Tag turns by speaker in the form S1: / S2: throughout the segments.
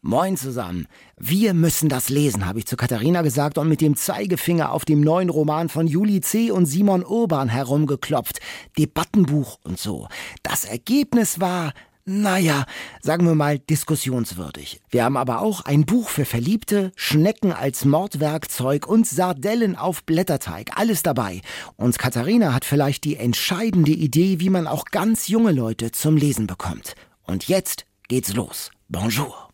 S1: Moin zusammen. Wir müssen das lesen, habe ich zu Katharina gesagt und mit dem Zeigefinger auf dem neuen Roman von Juli C. und Simon Urban herumgeklopft. Debattenbuch und so. Das Ergebnis war, naja, sagen wir mal, diskussionswürdig. Wir haben aber auch ein Buch für Verliebte, Schnecken als Mordwerkzeug und Sardellen auf Blätterteig. Alles dabei. Und Katharina hat vielleicht die entscheidende Idee, wie man auch ganz junge Leute zum Lesen bekommt. Und jetzt geht's los. Bonjour.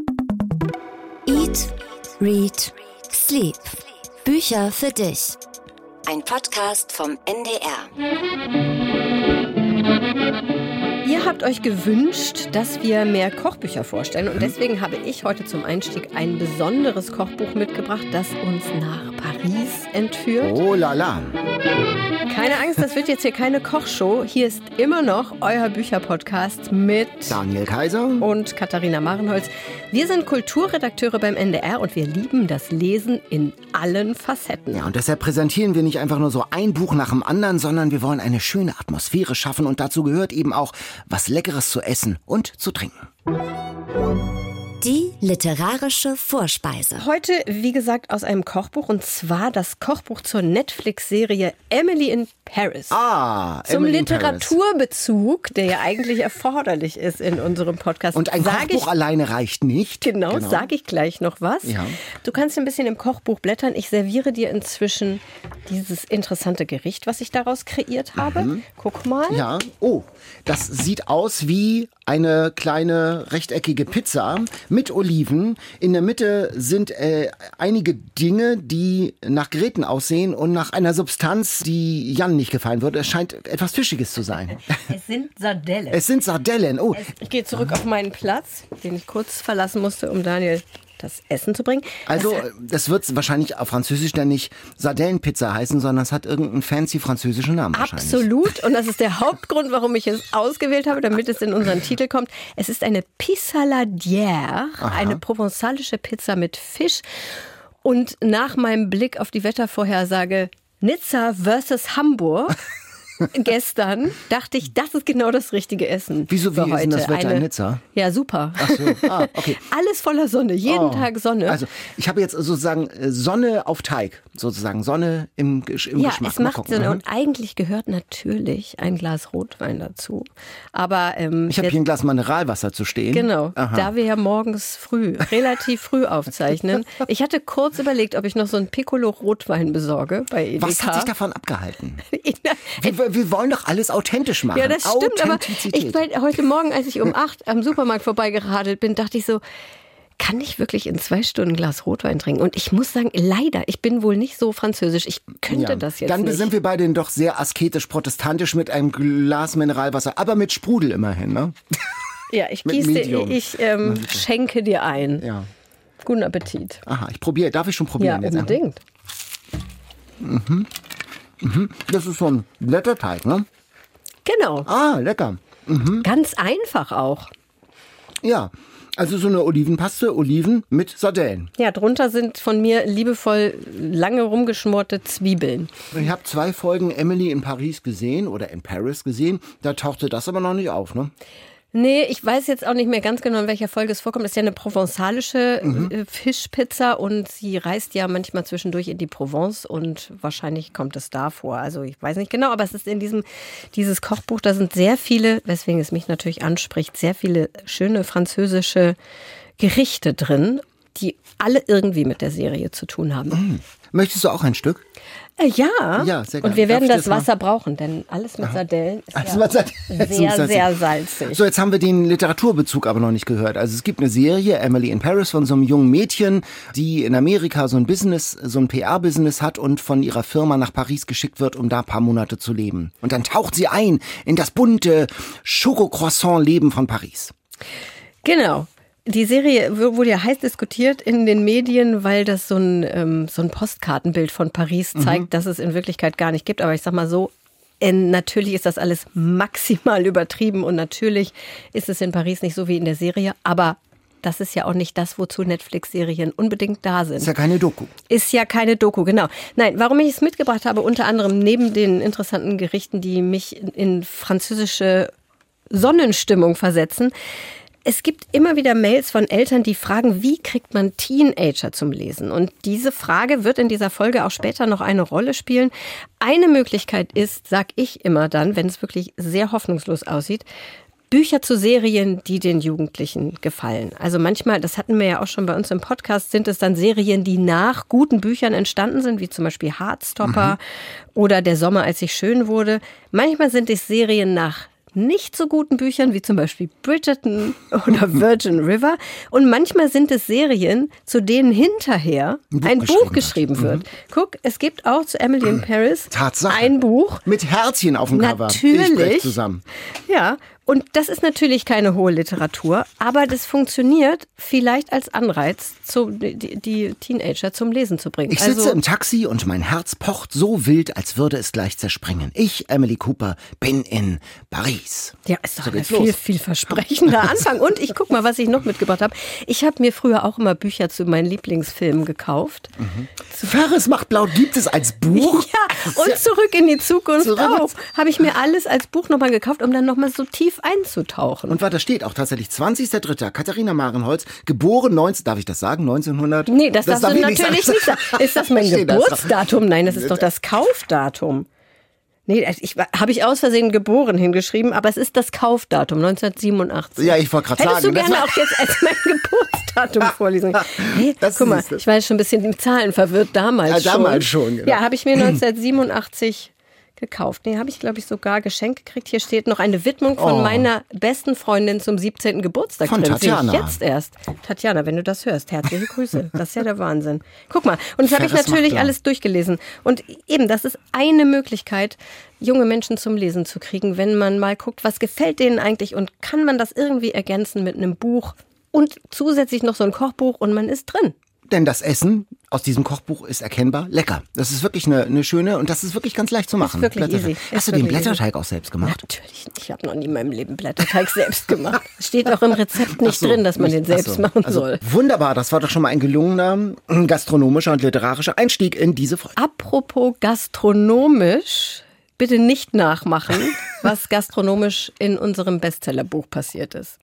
S2: Eat, Read, Sleep. Bücher für dich. Ein Podcast vom NDR.
S3: Ihr habt euch gewünscht, dass wir mehr Kochbücher vorstellen und deswegen habe ich heute zum Einstieg ein besonderes Kochbuch mitgebracht, das uns nach Paris entführt.
S1: Oh la la.
S3: Keine Angst, das wird jetzt hier keine Kochshow. Hier ist immer noch euer Bücherpodcast mit
S1: Daniel Kaiser
S3: und Katharina Marenholz. Wir sind Kulturredakteure beim NDR und wir lieben das Lesen in allen Facetten.
S1: Ja, und deshalb präsentieren wir nicht einfach nur so ein Buch nach dem anderen, sondern wir wollen eine schöne Atmosphäre schaffen und dazu gehört eben auch was Leckeres zu essen und zu trinken.
S2: Die literarische Vorspeise.
S3: Heute, wie gesagt, aus einem Kochbuch und zwar das Kochbuch zur Netflix-Serie Emily in Paris. Zum
S1: Emily in Paris.
S3: Literaturbezug, der ja eigentlich erforderlich ist in unserem Podcast.
S1: Und ein Kochbuch alleine reicht nicht.
S3: Genau, sage ich gleich noch was.
S1: Ja.
S3: Du kannst ein bisschen im Kochbuch blättern. Ich serviere dir inzwischen dieses interessante Gericht, was ich daraus kreiert habe. Guck mal.
S1: Ja, oh, das sieht aus wie eine kleine rechteckige Pizza mit Oliven. In der Mitte sind einige Dinge, die nach Gräten aussehen und nach einer Substanz, die Jan nicht gefallen würde. Es scheint etwas Fischiges zu sein.
S3: Es sind Sardellen.
S1: Es sind Sardellen. Oh.
S3: Ich gehe zurück auf meinen Platz, den ich kurz verlassen musste, um Daniel das Essen zu bringen.
S1: Also, das wird wahrscheinlich auf Französisch dann nicht Sardellenpizza heißen, sondern es hat irgendeinen fancy französischen Namen wahrscheinlich.
S3: Absolut. Und das ist der Hauptgrund, warum ich es ausgewählt habe, damit es in unseren Titel kommt. Es ist eine Pissaladière, eine provenzalische Pizza mit Fisch. Und nach meinem Blick auf die Wettervorhersage Nizza versus Hamburg gestern dachte ich, das ist genau das richtige Essen.
S1: Wieso, wie ist denn das Wetter in Nizza?
S3: Ja, super.
S1: Ach so. Okay.
S3: Alles voller Sonne, jeden Tag Sonne.
S1: Also, ich habe jetzt sozusagen Sonne auf Teig, sozusagen Sonne im Geschmack.
S3: Ja, es macht Sonne und eigentlich gehört natürlich ein Glas Rotwein dazu. Aber
S1: ich habe hier ein Glas Mineralwasser zu stehen.
S3: Genau, da wir ja morgens relativ früh aufzeichnen. Ich hatte kurz überlegt, ob ich noch so ein Piccolo Rotwein besorge bei Edeka.
S1: Was hat sich davon abgehalten? Wir wollen doch alles authentisch machen.
S3: Ja, das stimmt, aber heute Morgen, als ich um 8 am Supermarkt vorbeigeradelt bin, dachte ich so, kann ich wirklich in 2 Stunden ein Glas Rotwein trinken? Und ich muss sagen, leider, ich bin wohl nicht so französisch, ich könnte das jetzt
S1: nicht. Dann sind wir beide doch sehr asketisch-protestantisch mit einem Glas Mineralwasser, aber mit Sprudel immerhin, ne?
S3: Ja, ich schenke dir ein. Ja. Guten Appetit.
S1: Aha, ich probiere. Darf ich schon probieren?
S3: Ja, unbedingt.
S1: Das ist so ein Blätterteig, ne?
S3: Genau.
S1: Lecker.
S3: Ganz einfach auch.
S1: Ja, also so eine Olivenpaste, Oliven mit Sardellen.
S3: Ja, drunter sind von mir liebevoll lange rumgeschmorte Zwiebeln.
S1: Ich habe 2 Folgen Emily in Paris gesehen oder in Paris gesehen. Da tauchte das aber noch nicht auf, ne?
S3: Nee, ich weiß jetzt auch nicht mehr ganz genau, in welcher Folge es vorkommt. Das ist ja eine provenzalische Fischpizza und sie reist ja manchmal zwischendurch in die Provence und wahrscheinlich kommt es da vor. Also ich weiß nicht genau, aber es ist in dieses Kochbuch, da sind sehr viele, weswegen es mich natürlich anspricht, sehr viele schöne französische Gerichte drin, die alle irgendwie mit der Serie zu tun haben.
S1: Möchtest du auch ein Stück?
S3: Ja,
S1: sehr gerne.
S3: Und wir werden das Wasser brauchen, denn alles mit Sardellen ist sehr salzig.
S1: So, jetzt haben wir den Literaturbezug aber noch nicht gehört. Also es gibt eine Serie, Emily in Paris, von so einem jungen Mädchen, die in Amerika so ein PR-Business hat und von ihrer Firma nach Paris geschickt wird, um da ein paar Monate zu leben. Und dann taucht sie ein in das bunte Schoko-Croissant-Leben von Paris.
S3: Genau. Die Serie wurde ja heiß diskutiert in den Medien, weil das so ein Postkartenbild von Paris zeigt, das es in Wirklichkeit gar nicht gibt. Aber ich sag mal so, natürlich ist das alles maximal übertrieben und natürlich ist es in Paris nicht so wie in der Serie. Aber das ist ja auch nicht das, wozu Netflix-Serien unbedingt da sind.
S1: Ist ja keine Doku.
S3: Ist ja keine Doku, genau. Nein, warum ich es mitgebracht habe, unter anderem neben den interessanten Gerichten, die mich in französische Sonnenstimmung versetzen, Es gibt immer wieder Mails von Eltern, die fragen, wie kriegt man Teenager zum Lesen? Und diese Frage wird in dieser Folge auch später noch eine Rolle spielen. Eine Möglichkeit ist, sag ich immer dann, wenn es wirklich sehr hoffnungslos aussieht, Bücher zu Serien, die den Jugendlichen gefallen. Also manchmal, das hatten wir ja auch schon bei uns im Podcast, sind es dann Serien, die nach guten Büchern entstanden sind, wie zum Beispiel Heartstopper oder Der Sommer, als ich schön wurde. Manchmal sind es Serien nach nicht so guten Büchern, wie zum Beispiel Bridgerton oder Virgin River. Und manchmal sind es Serien, zu denen hinterher ein Buch geschrieben wird. Guck, es gibt auch zu Emily in Paris ein Buch.
S1: Mit Herzchen auf dem Cover.
S3: Natürlich.
S1: Ich brech zusammen.
S3: Ja, und das ist natürlich keine hohe Literatur, aber das funktioniert vielleicht als Anreiz, die Teenager zum Lesen zu bringen.
S1: Ich sitze im Taxi und mein Herz pocht so wild, als würde es gleich zerspringen. Ich, Emily Cooper, bin in Paris.
S3: Ja, ist doch ein viel, vielversprechender Anfang. Und ich guck mal, was ich noch mitgebracht habe. Ich habe mir früher auch immer Bücher zu meinen Lieblingsfilmen gekauft.
S1: Ferris macht blau gibt es als Buch?
S3: Ja, und Zurück in die Zukunft auch. Habe ich mir alles als Buch nochmal gekauft, um dann nochmal so tief einzutauchen.
S1: Und da steht auch tatsächlich 20.03. Katharina Marenholz, geboren 19, darf ich das sagen? 1900?
S3: Nee, das darfst du natürlich nicht sagen. Ist das mein Geburtsdatum? Nein, das ist doch das Kaufdatum. Nee, habe ich aus Versehen geboren hingeschrieben, aber es ist das Kaufdatum, 1987.
S1: Ja, ich wollte gerade sagen.
S3: Hättest du gerne auch jetzt als mein Geburtsdatum vorlesen. Hey, guck mal, ich war schon ein bisschen mit Zahlen verwirrt damals schon.
S1: Damals schon, genau.
S3: Ja, habe ich mir 1987 gekauft. Nee, habe ich, glaube ich, sogar geschenkt gekriegt. Hier steht noch eine Widmung von meiner besten Freundin zum 17. Geburtstag.
S1: Von Tatjana.
S3: Jetzt erst. Tatjana, wenn du das hörst, herzliche Grüße. Das ist ja der Wahnsinn. Guck mal, und das habe ich natürlich alles durchgelesen. Und eben, das ist eine Möglichkeit, junge Menschen zum Lesen zu kriegen, wenn man mal guckt, was gefällt denen eigentlich und kann man das irgendwie ergänzen mit einem Buch und zusätzlich noch so ein Kochbuch und man ist drin.
S1: Denn das Essen aus diesem Kochbuch ist erkennbar lecker. Das ist wirklich eine schöne und das ist wirklich ganz leicht zu machen.
S3: Ist wirklich easy.
S1: Hast du den Blätterteig auch selbst gemacht?
S3: Natürlich nicht. Ich habe noch nie in meinem Leben Blätterteig selbst gemacht. Steht auch im Rezept nicht drin, dass man den selbst machen soll.
S1: Wunderbar, das war doch schon mal ein gelungener gastronomischer und literarischer Einstieg in diese Folge.
S3: Apropos gastronomisch, bitte nicht nachmachen, was gastronomisch in unserem Bestsellerbuch passiert ist.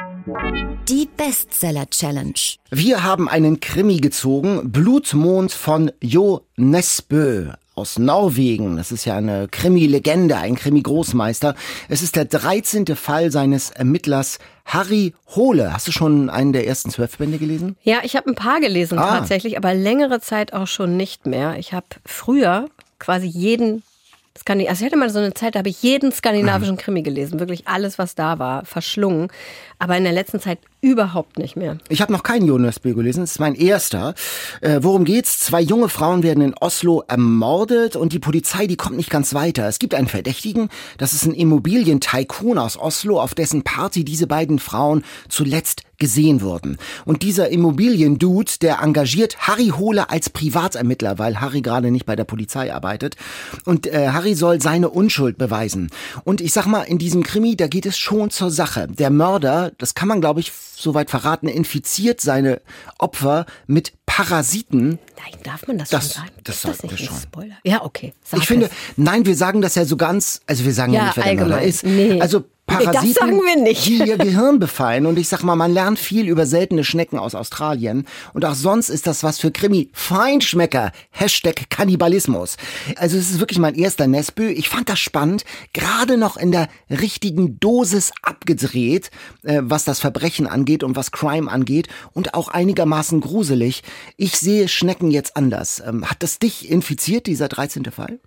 S2: Die Bestseller-Challenge.
S1: Wir haben einen Krimi gezogen, Blutmond von Jo Nesbø aus Norwegen. Das ist ja eine Krimi-Legende, ein Krimi-Großmeister. Es ist der 13. Fall seines Ermittlers Harry Hole. Hast du schon einen der ersten 12 Bände gelesen?
S3: Ja, ich habe ein paar gelesen tatsächlich, aber längere Zeit auch schon nicht mehr. Ich habe früher quasi also ich hatte mal so eine Zeit, da habe ich jeden skandinavischen Krimi gelesen. Wirklich alles, was da war, verschlungen. Aber in der letzten Zeit überhaupt nicht mehr.
S1: Ich habe noch keinen Jo Nesbø gelesen, das ist mein erster. Worum geht's? 2 junge Frauen werden in Oslo ermordet und die Polizei, die kommt nicht ganz weiter. Es gibt einen Verdächtigen, das ist ein Immobilien-Tycoon aus Oslo, auf dessen Party diese beiden Frauen zuletzt gesehen wurden. Und dieser Immobilien-Dude, der engagiert Harry Hole als Privatermittler, weil Harry gerade nicht bei der Polizei arbeitet. Und Harry soll seine Unschuld beweisen. Und ich sag mal, in diesem Krimi, da geht es schon zur Sache. Der Mörder, das kann man glaube ich soweit verraten, infiziert seine Opfer mit Parasiten.
S3: Nein, darf man das schon sagen?
S1: Das sagen wir schon.
S3: Spoiler? Ja, okay.
S1: Nein, wir sagen das ja so ganz, also wir sagen ja nicht, wer der Mörder ist.
S3: Nee.
S1: Also Parasiten,
S3: das sagen wir nicht.
S1: Die ihr Gehirn befallen. Und ich sag mal, man lernt viel über seltene Schnecken aus Australien. Und auch sonst ist das was für Krimi-Feinschmecker. #Kannibalismus. Also es ist wirklich mein erster Nesbø. Ich fand das spannend. Gerade noch in der richtigen Dosis abgedreht, was das Verbrechen angeht und was Crime angeht. Und auch einigermaßen gruselig. Ich sehe Schnecken jetzt anders. Hat das dich infiziert, dieser 13. Fall?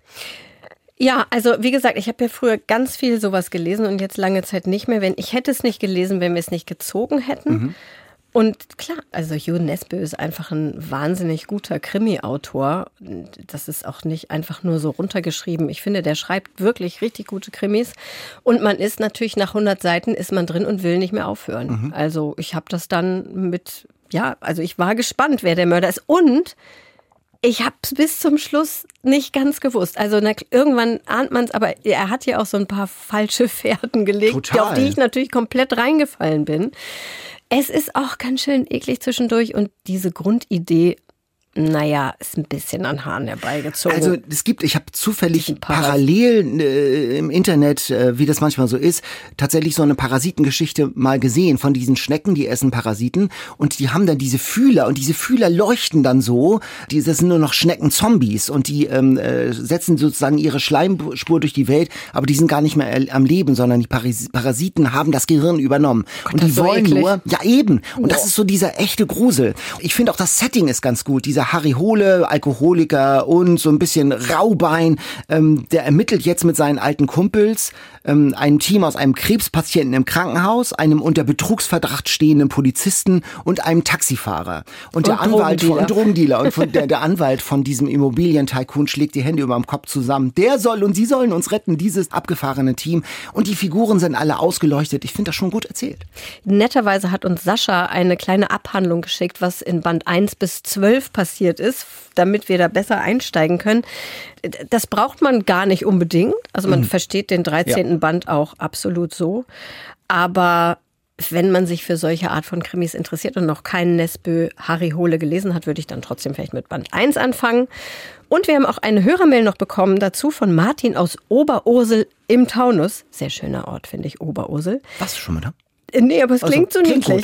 S3: Ja, also wie gesagt, ich habe ja früher ganz viel sowas gelesen und jetzt lange Zeit nicht mehr. Ich hätte es nicht gelesen, wenn wir es nicht gezogen hätten. Und klar, also Jo Nesbø ist einfach ein wahnsinnig guter Krimi-Autor. Das ist auch nicht einfach nur so runtergeschrieben. Ich finde, der schreibt wirklich richtig gute Krimis. Und man ist natürlich nach 100 Seiten ist man drin und will nicht mehr aufhören. Also ich habe das dann also ich war gespannt, wer der Mörder ist. Und ich habe es bis zum Schluss nicht ganz gewusst. Also irgendwann ahnt man es, aber er hat ja auch so ein paar falsche Fährten gelegt, auf die ich natürlich komplett reingefallen bin. Es ist auch ganz schön eklig zwischendurch und diese Grundidee Naja, ist ein bisschen an Haaren herbeigezogen.
S1: Also ich habe zufällig parallel im Internet, wie das manchmal so ist, tatsächlich so eine Parasitengeschichte mal gesehen von diesen Schnecken, die essen Parasiten und die haben dann diese Fühler und diese Fühler leuchten dann so, das sind nur noch Schnecken-Zombies und die setzen sozusagen ihre Schleimspur durch die Welt, aber die sind gar nicht mehr am Leben, sondern die Parasiten haben das Gehirn übernommen.
S3: Gott,
S1: und die
S3: so
S1: wollen
S3: eklig.
S1: nur, ja eben, und das ist so dieser echte Grusel. Ich finde auch das Setting ist ganz gut, dieser Harry Hole, Alkoholiker und so ein bisschen Raubein, der ermittelt jetzt mit seinen alten Kumpels, einem Team aus einem Krebspatienten im Krankenhaus, einem unter Betrugsverdacht stehenden Polizisten und einem Taxifahrer. Und der Anwalt von Drogendealer und der Anwalt von diesem Immobilientycoon schlägt die Hände über dem Kopf zusammen. Sie sollen uns retten, dieses abgefahrene Team. Und die Figuren sind alle ausgeleuchtet. Ich finde das schon gut erzählt.
S3: Netterweise hat uns Sascha eine kleine Abhandlung geschickt, was in Band 1 bis 12 passiert ist, damit wir da besser einsteigen können. Das braucht man gar nicht unbedingt. Also man versteht den 13. Band auch absolut so. Aber wenn man sich für solche Art von Krimis interessiert und noch keinen Nesbø Harry Hole gelesen hat, würde ich dann trotzdem vielleicht mit Band 1 anfangen. Und wir haben auch eine Hörermail noch bekommen dazu von Martin aus Oberursel im Taunus. Sehr schöner Ort, finde ich, Oberursel.
S1: Warst du schon mal da?
S3: Nee, aber es klingt so niedlich.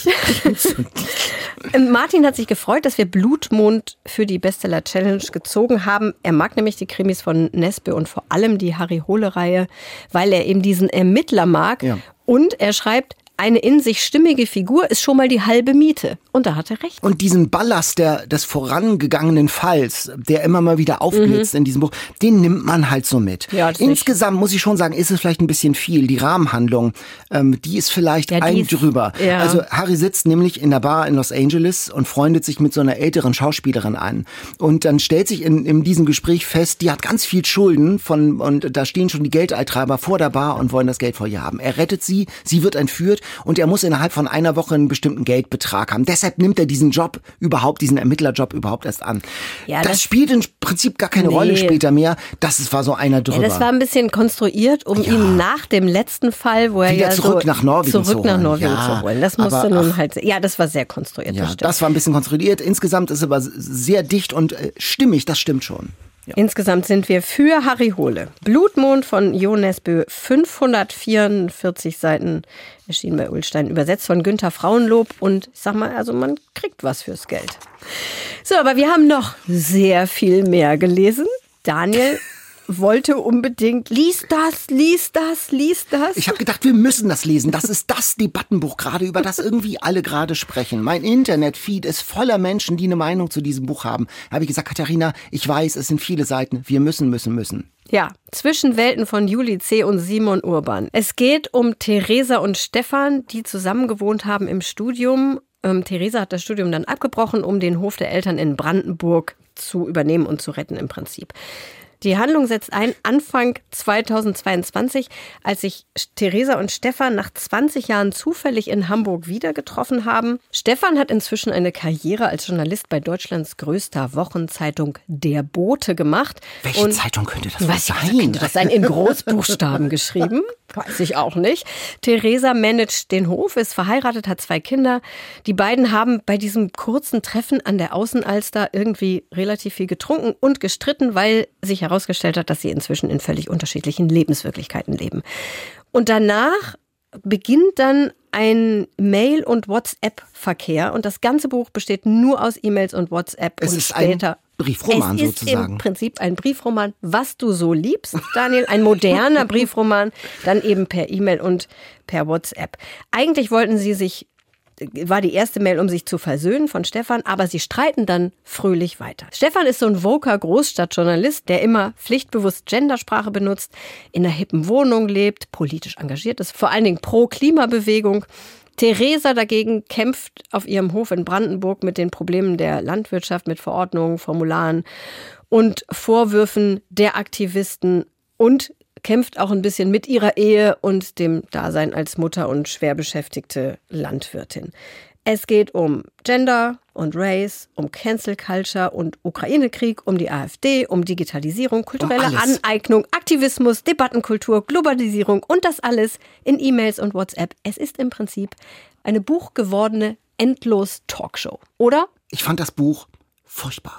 S3: Martin hat sich gefreut, dass wir Blutmond für die Bestseller-Challenge gezogen haben. Er mag nämlich die Krimis von Nesbø und vor allem die Harry Hole-Reihe, weil er eben diesen Ermittler mag. Ja. Und er schreibt, eine in sich stimmige Figur ist schon mal die halbe Miete. Und da hat er recht.
S1: Und diesen Ballast des vorangegangenen Falls, der immer mal wieder aufblitzt in diesem Buch, den nimmt man halt so mit. Ja, insgesamt muss ich schon sagen, ist es vielleicht ein bisschen viel. Die Rahmenhandlung, die ist vielleicht drüber. Ja. Also Harry sitzt nämlich in der Bar in Los Angeles und freundet sich mit so einer älteren Schauspielerin an. Und dann stellt sich in diesem Gespräch fest, die hat ganz viel Schulden und da stehen schon die Geldeintreiber vor der Bar und wollen das Geld vor ihr haben. Er rettet sie wird entführt und er muss innerhalb von einer Woche einen bestimmten Geldbetrag haben. Deshalb nimmt er diesen Ermittlerjob überhaupt erst an. Ja, das spielt im Prinzip gar keine Rolle später mehr. Das war so einer drüber.
S3: Ja, das war ein bisschen konstruiert, um ihn nach dem letzten Fall, wo er
S1: wieder zurück nach Norwegen zu
S3: holen. Das musste nun halt, das war sehr konstruiert.
S1: Ja, das war ein bisschen konstruiert. Insgesamt ist es aber sehr dicht und stimmig, das stimmt schon.
S3: Ja. Insgesamt sind wir für Harry Hole. Blutmond von Jo Nesbø, 544 Seiten, erschienen bei Ullstein, übersetzt von Günther Frauenlob. Und ich sag mal, also man kriegt was fürs Geld. So, aber wir haben noch sehr viel mehr gelesen. Daniel wollte unbedingt, lies das.
S1: Ich habe gedacht, wir müssen das lesen. Das ist das Debattenbuch gerade, über das irgendwie alle gerade sprechen. Mein Internetfeed ist voller Menschen, die eine Meinung zu diesem Buch haben. Da habe ich gesagt, Katharina, ich weiß, es sind viele Seiten. Wir müssen.
S3: Ja, Zwischenwelten von Julie C. und Simon Urban. Es geht um Theresa und Stefan, die zusammen gewohnt haben im Studium. Theresa hat das Studium dann abgebrochen, um den Hof der Eltern in Brandenburg zu übernehmen und zu retten im Prinzip. Die Handlung setzt ein Anfang 2022, als sich Theresa und Stefan nach 20 Jahren zufällig in Hamburg wieder getroffen haben. Stefan hat inzwischen eine Karriere als Journalist bei Deutschlands größter Wochenzeitung Der Bote gemacht.
S1: Welche Zeitung könnte das sein?
S3: Könnte das sein? In Großbuchstaben geschrieben? Weiß ich auch nicht. Theresa managt den Hof, ist verheiratet, hat 2 Kinder. Die beiden haben bei diesem kurzen Treffen an der Außenalster irgendwie relativ viel getrunken und gestritten, weil sich herausgestellt hat, dass sie inzwischen in völlig unterschiedlichen Lebenswirklichkeiten leben. Und danach beginnt dann ein Mail- und WhatsApp-Verkehr. Und das ganze Buch besteht nur aus E-Mails und WhatsApp.
S1: Es ist später ein Briefroman sozusagen.
S3: Es ist im Prinzip ein Briefroman, was du so liebst, Daniel. Ein moderner Briefroman, dann eben per E-Mail und per WhatsApp. Eigentlich war die erste Mail, um sich zu versöhnen von Stefan, aber sie streiten dann fröhlich weiter. Stefan ist so ein woker Großstadtjournalist, der immer pflichtbewusst Gendersprache benutzt, in einer hippen Wohnung lebt, politisch engagiert ist, vor allen Dingen pro Klimabewegung. Theresa dagegen kämpft auf ihrem Hof in Brandenburg mit den Problemen der Landwirtschaft, mit Verordnungen, Formularen und Vorwürfen der Aktivisten und kämpft auch ein bisschen mit ihrer Ehe und dem Dasein als Mutter und schwer beschäftigte Landwirtin. Es geht um Gender und Race, um Cancel Culture und Ukraine-Krieg, um die AfD, um Digitalisierung, kulturelle Aneignung, Aktivismus, Debattenkultur, Globalisierung und das alles in E-Mails und WhatsApp. Es ist im Prinzip eine buchgewordene Endlos-Talkshow, oder?
S1: Ich fand das Buch furchtbar.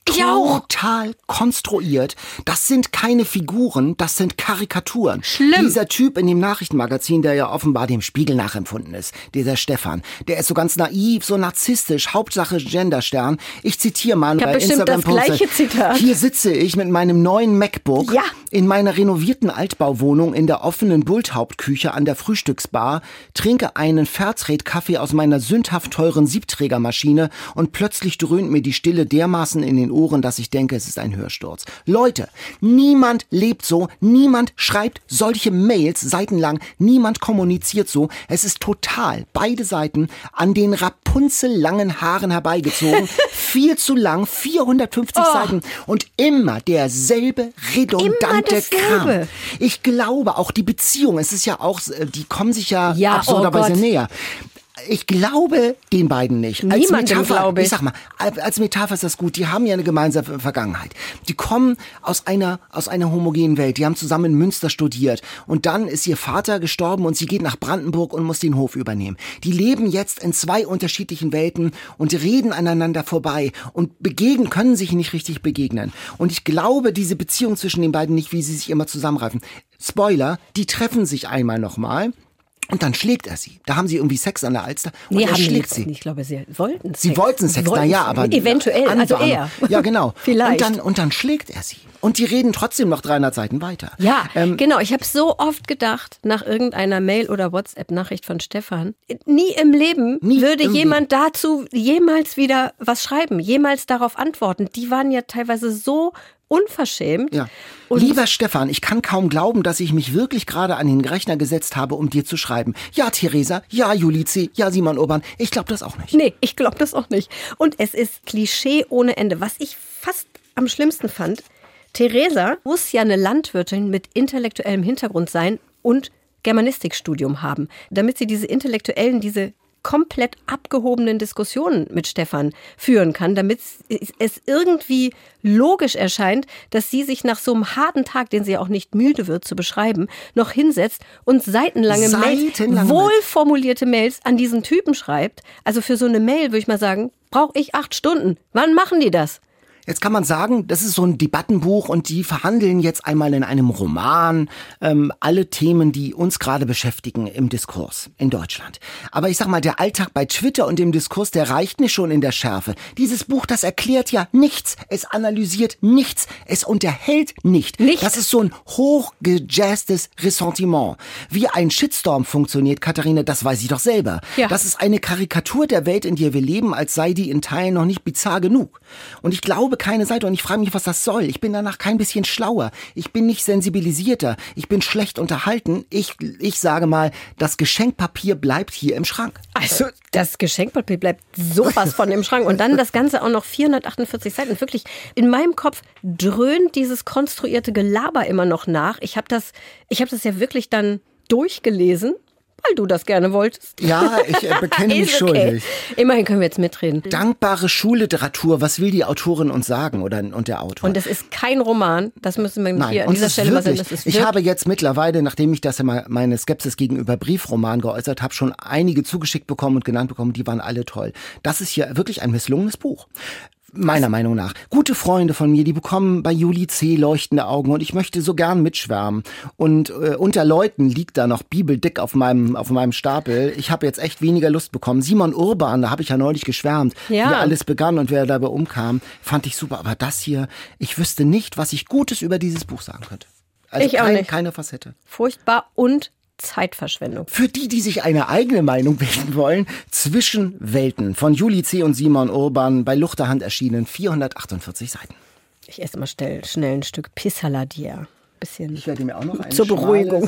S1: total konstruiert. Das sind keine Figuren, das sind Karikaturen.
S3: Schlimm.
S1: Dieser Typ in dem Nachrichtenmagazin, der ja offenbar dem Spiegel nachempfunden ist, dieser Stefan, der ist so ganz naiv, so narzisstisch, Hauptsache Genderstern. Ich zitiere mal bei Instagram.
S3: Das gleiche Zitat.
S1: Hier sitze ich mit meinem neuen MacBook in meiner renovierten Altbauwohnung in der offenen Bulthauptküche an der Frühstücksbar, trinke einen Fairtrade-Kaffee aus meiner sündhaft teuren Siebträgermaschine und plötzlich dröhnt mir die Stille dermaßen in den Ohren, dass ich denke, es ist ein Hörsturz. Leute, niemand lebt so, niemand schreibt solche Mails seitenlang, niemand kommuniziert so. Es ist total, beide Seiten, an den rapunzellangen Haaren herbeigezogen. Viel zu lang, 450 Seiten und immer derselbe redundante Kram. Ich glaube, auch die Beziehung, es ist ja auch, die kommen sich ja absurderweise näher. Ich glaube den beiden nicht.
S3: Niemandem glaube ich.
S1: Ich sag mal, als Metapher ist das gut. Die haben ja eine gemeinsame Vergangenheit. Die kommen aus einer homogenen Welt. Die haben zusammen in Münster studiert. Und dann ist ihr Vater gestorben und sie geht nach Brandenburg und muss den Hof übernehmen. Die leben jetzt in zwei unterschiedlichen Welten und reden aneinander vorbei und können sich nicht richtig begegnen. Und ich glaube, diese Beziehung zwischen den beiden nicht, wie sie sich immer zusammenreifen. Spoiler, die treffen sich einmal nochmal. Und dann schlägt er sie. Da haben sie irgendwie Sex an der Alster. Und er schlägt sie.
S3: Ich glaube, sie wollten Sex.
S1: Sie wollten Sex, aber...
S3: Eventuell, also er.
S1: Ja, genau.
S3: Vielleicht.
S1: Und dann schlägt er sie. Und die reden trotzdem noch 300 Seiten weiter.
S3: Ja, genau. Ich habe so oft gedacht, nach irgendeiner Mail- oder WhatsApp-Nachricht von Stefan, nie im Leben würde jemand dazu jemals wieder was schreiben, jemals darauf antworten. Die waren ja teilweise so unverschämt.
S1: Ja. Lieber Stefan, ich kann kaum glauben, dass ich mich wirklich gerade an den Rechner gesetzt habe, um dir zu schreiben. Ja, Theresa, ja, Julie C., ja, Simon Urban. Ich glaube das auch nicht.
S3: Nee, ich glaube das auch nicht. Und es ist Klischee ohne Ende. Was ich fast am schlimmsten fand, Theresa muss ja eine Landwirtin mit intellektuellem Hintergrund sein und Germanistikstudium haben, damit sie diese komplett abgehobenen Diskussionen mit Stefan führen kann, damit es irgendwie logisch erscheint, dass sie sich nach so einem harten Tag, den sie ja auch nicht müde wird zu beschreiben, noch hinsetzt und seitenlange Mails, wohlformulierte Mails an diesen Typen schreibt. Also für so eine Mail würde ich mal sagen, brauche ich 8 Stunden. Wann machen die das?
S1: Jetzt kann man sagen, das ist so ein Debattenbuch und die verhandeln jetzt einmal in einem Roman alle Themen, die uns gerade beschäftigen im Diskurs in Deutschland. Aber ich sag mal, der Alltag bei Twitter und dem Diskurs, der reicht nicht schon in der Schärfe. Dieses Buch, das erklärt ja nichts, es analysiert nichts, es unterhält nicht. Das ist so ein hochgejazztes Ressentiment. Wie ein Shitstorm funktioniert, Katharina, das weiß ich doch selber. Ja. Das ist eine Karikatur der Welt, in der wir leben, als sei die in Teilen noch nicht bizarr genug. Und ich glaube keine Seite und ich frage mich, was das soll. Ich bin danach kein bisschen schlauer. Ich bin nicht sensibilisierter. Ich bin schlecht unterhalten. Ich sage mal, das Geschenkpapier bleibt hier im Schrank.
S3: Also das Geschenkpapier bleibt sowas von im Schrank. Und dann das Ganze auch noch 448 Seiten. Wirklich, in meinem Kopf dröhnt dieses konstruierte Gelaber immer noch nach. Ich hab das ja wirklich dann durchgelesen. Weil du das gerne wolltest.
S1: Ja, ich bekenne mich schuldig.
S3: Immerhin können wir jetzt mitreden.
S1: Dankbare Schulliteratur, was will die Autorin uns sagen und der Autor?
S3: Und das ist kein Roman, das müssen wir hier an dieser Stelle mal sagen.
S1: Ich habe jetzt mittlerweile, nachdem ich das immer meine Skepsis gegenüber Briefromanen geäußert habe, schon einige zugeschickt bekommen und genannt bekommen, die waren alle toll. Das ist hier wirklich ein misslungenes Buch. Meiner Meinung nach. Gute Freunde von mir, die bekommen bei Julie C. leuchtende Augen und ich möchte so gern mitschwärmen. Und unter Leuten liegt da noch bibeldick auf meinem Stapel. Ich habe jetzt echt weniger Lust bekommen. Simon Urban, da habe ich ja neulich geschwärmt, wie alles begann und wer dabei umkam. Fand ich super. Aber das hier, ich wüsste nicht, was ich Gutes über dieses Buch sagen könnte. Also
S3: ich auch nicht.
S1: Keine Facette.
S3: Furchtbar und Zeitverschwendung.
S1: Für die sich eine eigene Meinung bilden wollen, Zwischen Welten von Julie C. und Simon Urban, bei Luchterhand erschienen, 448 Seiten.
S3: Ich esse mal schnell ein Stück Pissaladier. Bisschen
S1: ich werde mir auch noch ein
S3: zur Beruhigung.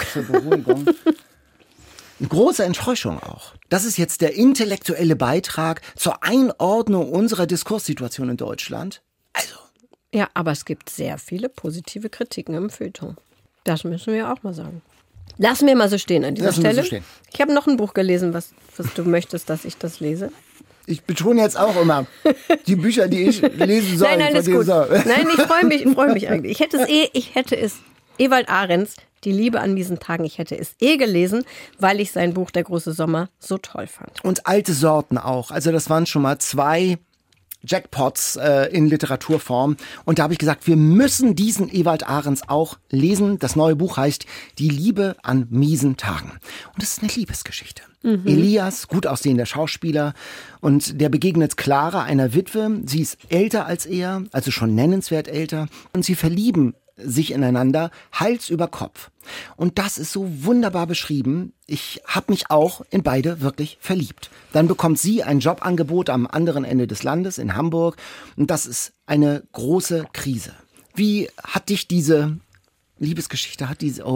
S1: Eine große Enttäuschung auch. Das ist jetzt der intellektuelle Beitrag zur Einordnung unserer Diskurssituation in Deutschland. Also.
S3: Ja, aber es gibt sehr viele positive Kritiken im Feuilleton. Das müssen wir auch mal sagen. Lassen wir mal so stehen an dieser Stelle. Ich habe noch ein Buch gelesen, was du möchtest, dass ich das lese.
S1: Ich betone jetzt auch immer die Bücher, die ich lesen soll.
S3: Nein, ist gut. Nein, ich freue mich eigentlich. Ich hätte es Ewald Ahrens, Die Liebe an diesen Tagen, ich hätte es gelesen, weil ich sein Buch Der große Sommer so toll fand.
S1: Und alte Sorten auch. Also das waren schon mal zwei Jackpots in Literaturform. Und da habe ich gesagt, wir müssen diesen Ewald Ahrens auch lesen. Das neue Buch heißt Die Liebe an miesen Tagen. Und es ist eine Liebesgeschichte. Elias, gut aussehender Schauspieler, und der begegnet Clara, einer Witwe. Sie ist älter als er, also schon nennenswert älter. Und sie verlieben sich ineinander, Hals über Kopf. Und das ist so wunderbar beschrieben. Ich habe mich auch in beide wirklich verliebt. Dann bekommt sie ein Jobangebot am anderen Ende des Landes in Hamburg. Und das ist eine große Krise. Wie hat dich diese Liebesgeschichte,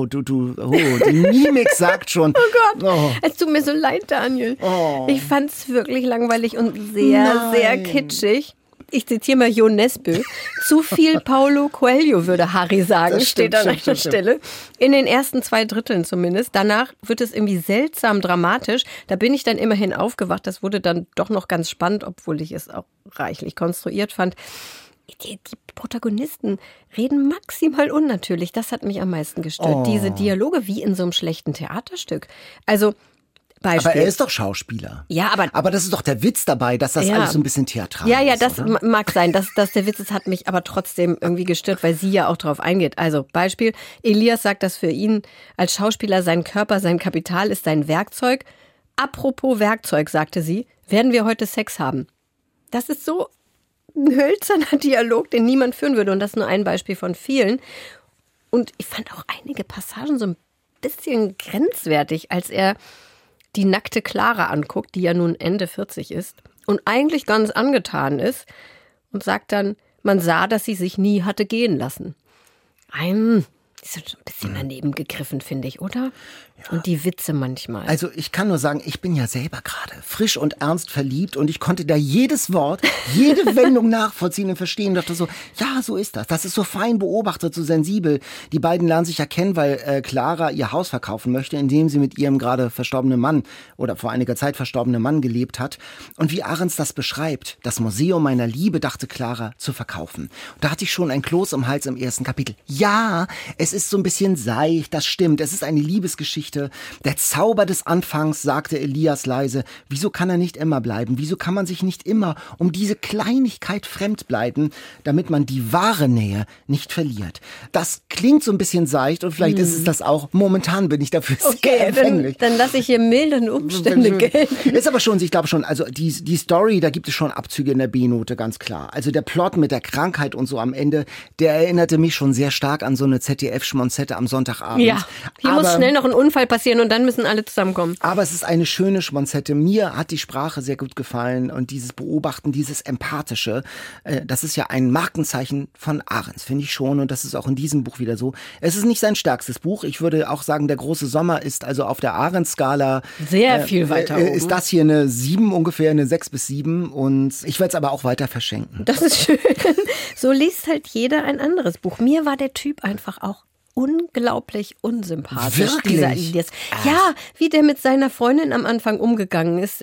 S1: die Mimik sagt schon.
S3: Oh Gott, Es tut mir so leid, Daniel. Ich fand es wirklich langweilig und sehr, sehr kitschig. Ich zitiere mal Jo Nesbø. Zu viel Paulo Coelho, würde Harry sagen,
S1: Das stimmt,
S3: steht an einer Stelle. In den ersten 2 Dritteln zumindest. Danach wird es irgendwie seltsam dramatisch. Da bin ich dann immerhin aufgewacht. Das wurde dann doch noch ganz spannend, obwohl ich es auch reichlich konstruiert fand. Die Protagonisten reden maximal unnatürlich. Das hat mich am meisten gestört. Diese Dialoge wie in so einem schlechten Theaterstück. Also Beispiel.
S1: Aber er ist doch Schauspieler.
S3: Ja,
S1: aber das ist doch der Witz dabei, dass das alles so ein bisschen theatralisch ist.
S3: Ja, das
S1: oder?
S3: Mag sein, dass der Witz ist, hat mich aber trotzdem irgendwie gestört, weil sie ja auch drauf eingeht. Also Beispiel, Elias sagt, dass für ihn als Schauspieler sein Körper, sein Kapital ist sein Werkzeug. Apropos Werkzeug, sagte sie, werden wir heute Sex haben. Das ist so ein hölzerner Dialog, den niemand führen würde. Und das ist nur ein Beispiel von vielen. Und ich fand auch einige Passagen so ein bisschen grenzwertig, als er die nackte Clara anguckt, die ja nun Ende 40 ist und eigentlich ganz angetan ist und sagt dann, man sah, dass sie sich nie hatte gehen lassen. Ist ein bisschen daneben gegriffen, finde ich, oder? Ja. Und die Witze manchmal.
S1: Also ich kann nur sagen, ich bin ja selber gerade frisch und ernst verliebt und ich konnte da jedes Wort, jede Wendung nachvollziehen und verstehen und dachte so, ja, so ist das. Das ist so fein beobachtet, so sensibel. Die beiden lernen sich ja kennen, weil Clara ihr Haus verkaufen möchte, in dem sie mit ihrem gerade verstorbenen Mann oder vor einiger Zeit verstorbenen Mann gelebt hat. Und wie Ahrens das beschreibt, das Museum meiner Liebe, dachte Clara, zu verkaufen. Und da hatte ich schon ein Kloß im Hals im ersten Kapitel. Ja, es ist so ein bisschen seicht, das stimmt. Es ist eine Liebesgeschichte. Der Zauber des Anfangs, sagte Elias leise. Wieso kann er nicht immer bleiben? Wieso kann man sich nicht immer um diese Kleinigkeit fremd bleiben, damit man die wahre Nähe nicht verliert? Das klingt so ein bisschen seicht und vielleicht ist es das auch. Momentan bin ich dafür sehr empfänglich.
S3: Dann lasse ich hier milde Umstände gelten.
S1: Ist aber schon, ich glaube schon, also die Story, da gibt es schon Abzüge in der B-Note, ganz klar. Also der Plot mit der Krankheit und so am Ende, der erinnerte mich schon sehr stark an so eine ZDF-Schmonzette am Sonntagabend.
S3: Ja, hier muss schnell noch ein Unfall passieren und dann müssen alle zusammenkommen.
S1: Aber es ist eine schöne Schmonzette. Mir hat die Sprache sehr gut gefallen und dieses Beobachten, dieses Empathische, das ist ja ein Markenzeichen von Ahrens, finde ich schon. Und das ist auch in diesem Buch wieder so. Es ist nicht sein stärkstes Buch. Ich würde auch sagen, Der große Sommer ist also auf der Ahrens-Skala
S3: sehr viel weiter oben.
S1: Ist das hier eine 7 ungefähr, eine 6 bis 7 und ich werde es aber auch weiter verschenken.
S3: Das ist schön. So liest halt jeder ein anderes Buch. Mir war der Typ einfach auch unglaublich unsympathisch.
S1: Wirklich?
S3: Dieser Elias. Ja, wie der mit seiner Freundin am Anfang umgegangen ist,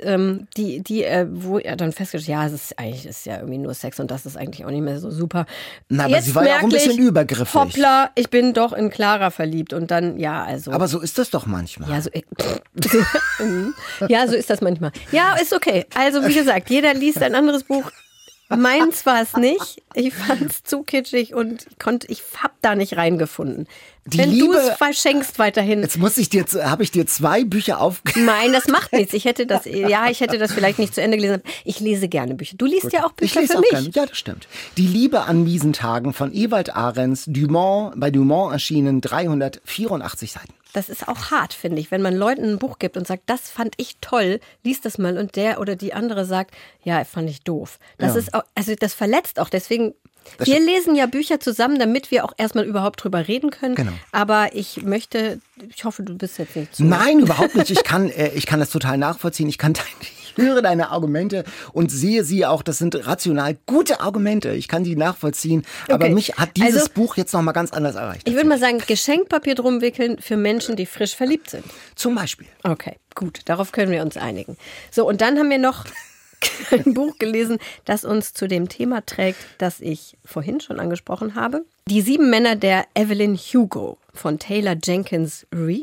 S3: wo er dann festgestellt hat, ja, es ist ja irgendwie nur Sex und das ist eigentlich auch nicht mehr so super.
S1: Na, aber sie war ja auch ein bisschen übergriffig.
S3: Hoppla, ich bin doch in Clara verliebt und dann, ja, also.
S1: Aber so ist das doch manchmal.
S3: Ja, so ist das manchmal. Ja, ist okay. Also, wie gesagt, jeder liest ein anderes Buch. Meins war es nicht. Ich fand es zu kitschig und ich habe da nicht reingefunden. Wenn du es verschenkst weiterhin.
S1: Jetzt habe ich dir 2 Bücher aufgegeben.
S3: Nein, das macht nichts. Ich hätte das vielleicht nicht zu Ende gelesen. Ich lese gerne Bücher. Du liest ja auch Bücher für mich.
S1: Gerne. Ja, das stimmt. Die Liebe an miesen Tagen von Ewald Ahrens, bei Dumont erschienen, 384 Seiten.
S3: Das ist auch hart, finde ich, wenn man Leuten ein Buch gibt und sagt, das fand ich toll, lies das mal und der oder die andere sagt, ja, fand ich doof. Das ist auch, also das verletzt auch, deswegen, wir lesen ja Bücher zusammen, damit wir auch erstmal überhaupt drüber reden können. Genau. Aber ich hoffe, du bist jetzt nicht so.
S1: Nein, überhaupt nicht. Ich kann das total nachvollziehen. Ich höre deine Argumente und sehe sie auch, das sind rational gute Argumente. Ich kann die nachvollziehen. Aber mich hat dieses Buch jetzt noch mal ganz anders erreicht.
S3: Ich würde mal sagen, Geschenkpapier drum wickeln für Menschen, die frisch verliebt sind.
S1: Zum Beispiel.
S3: Okay, gut. Darauf können wir uns einigen. So, und dann haben wir noch ein Buch gelesen, das uns zu dem Thema trägt, das ich vorhin schon angesprochen habe. Die 7 Männer der Evelyn Hugo von Taylor Jenkins Reid.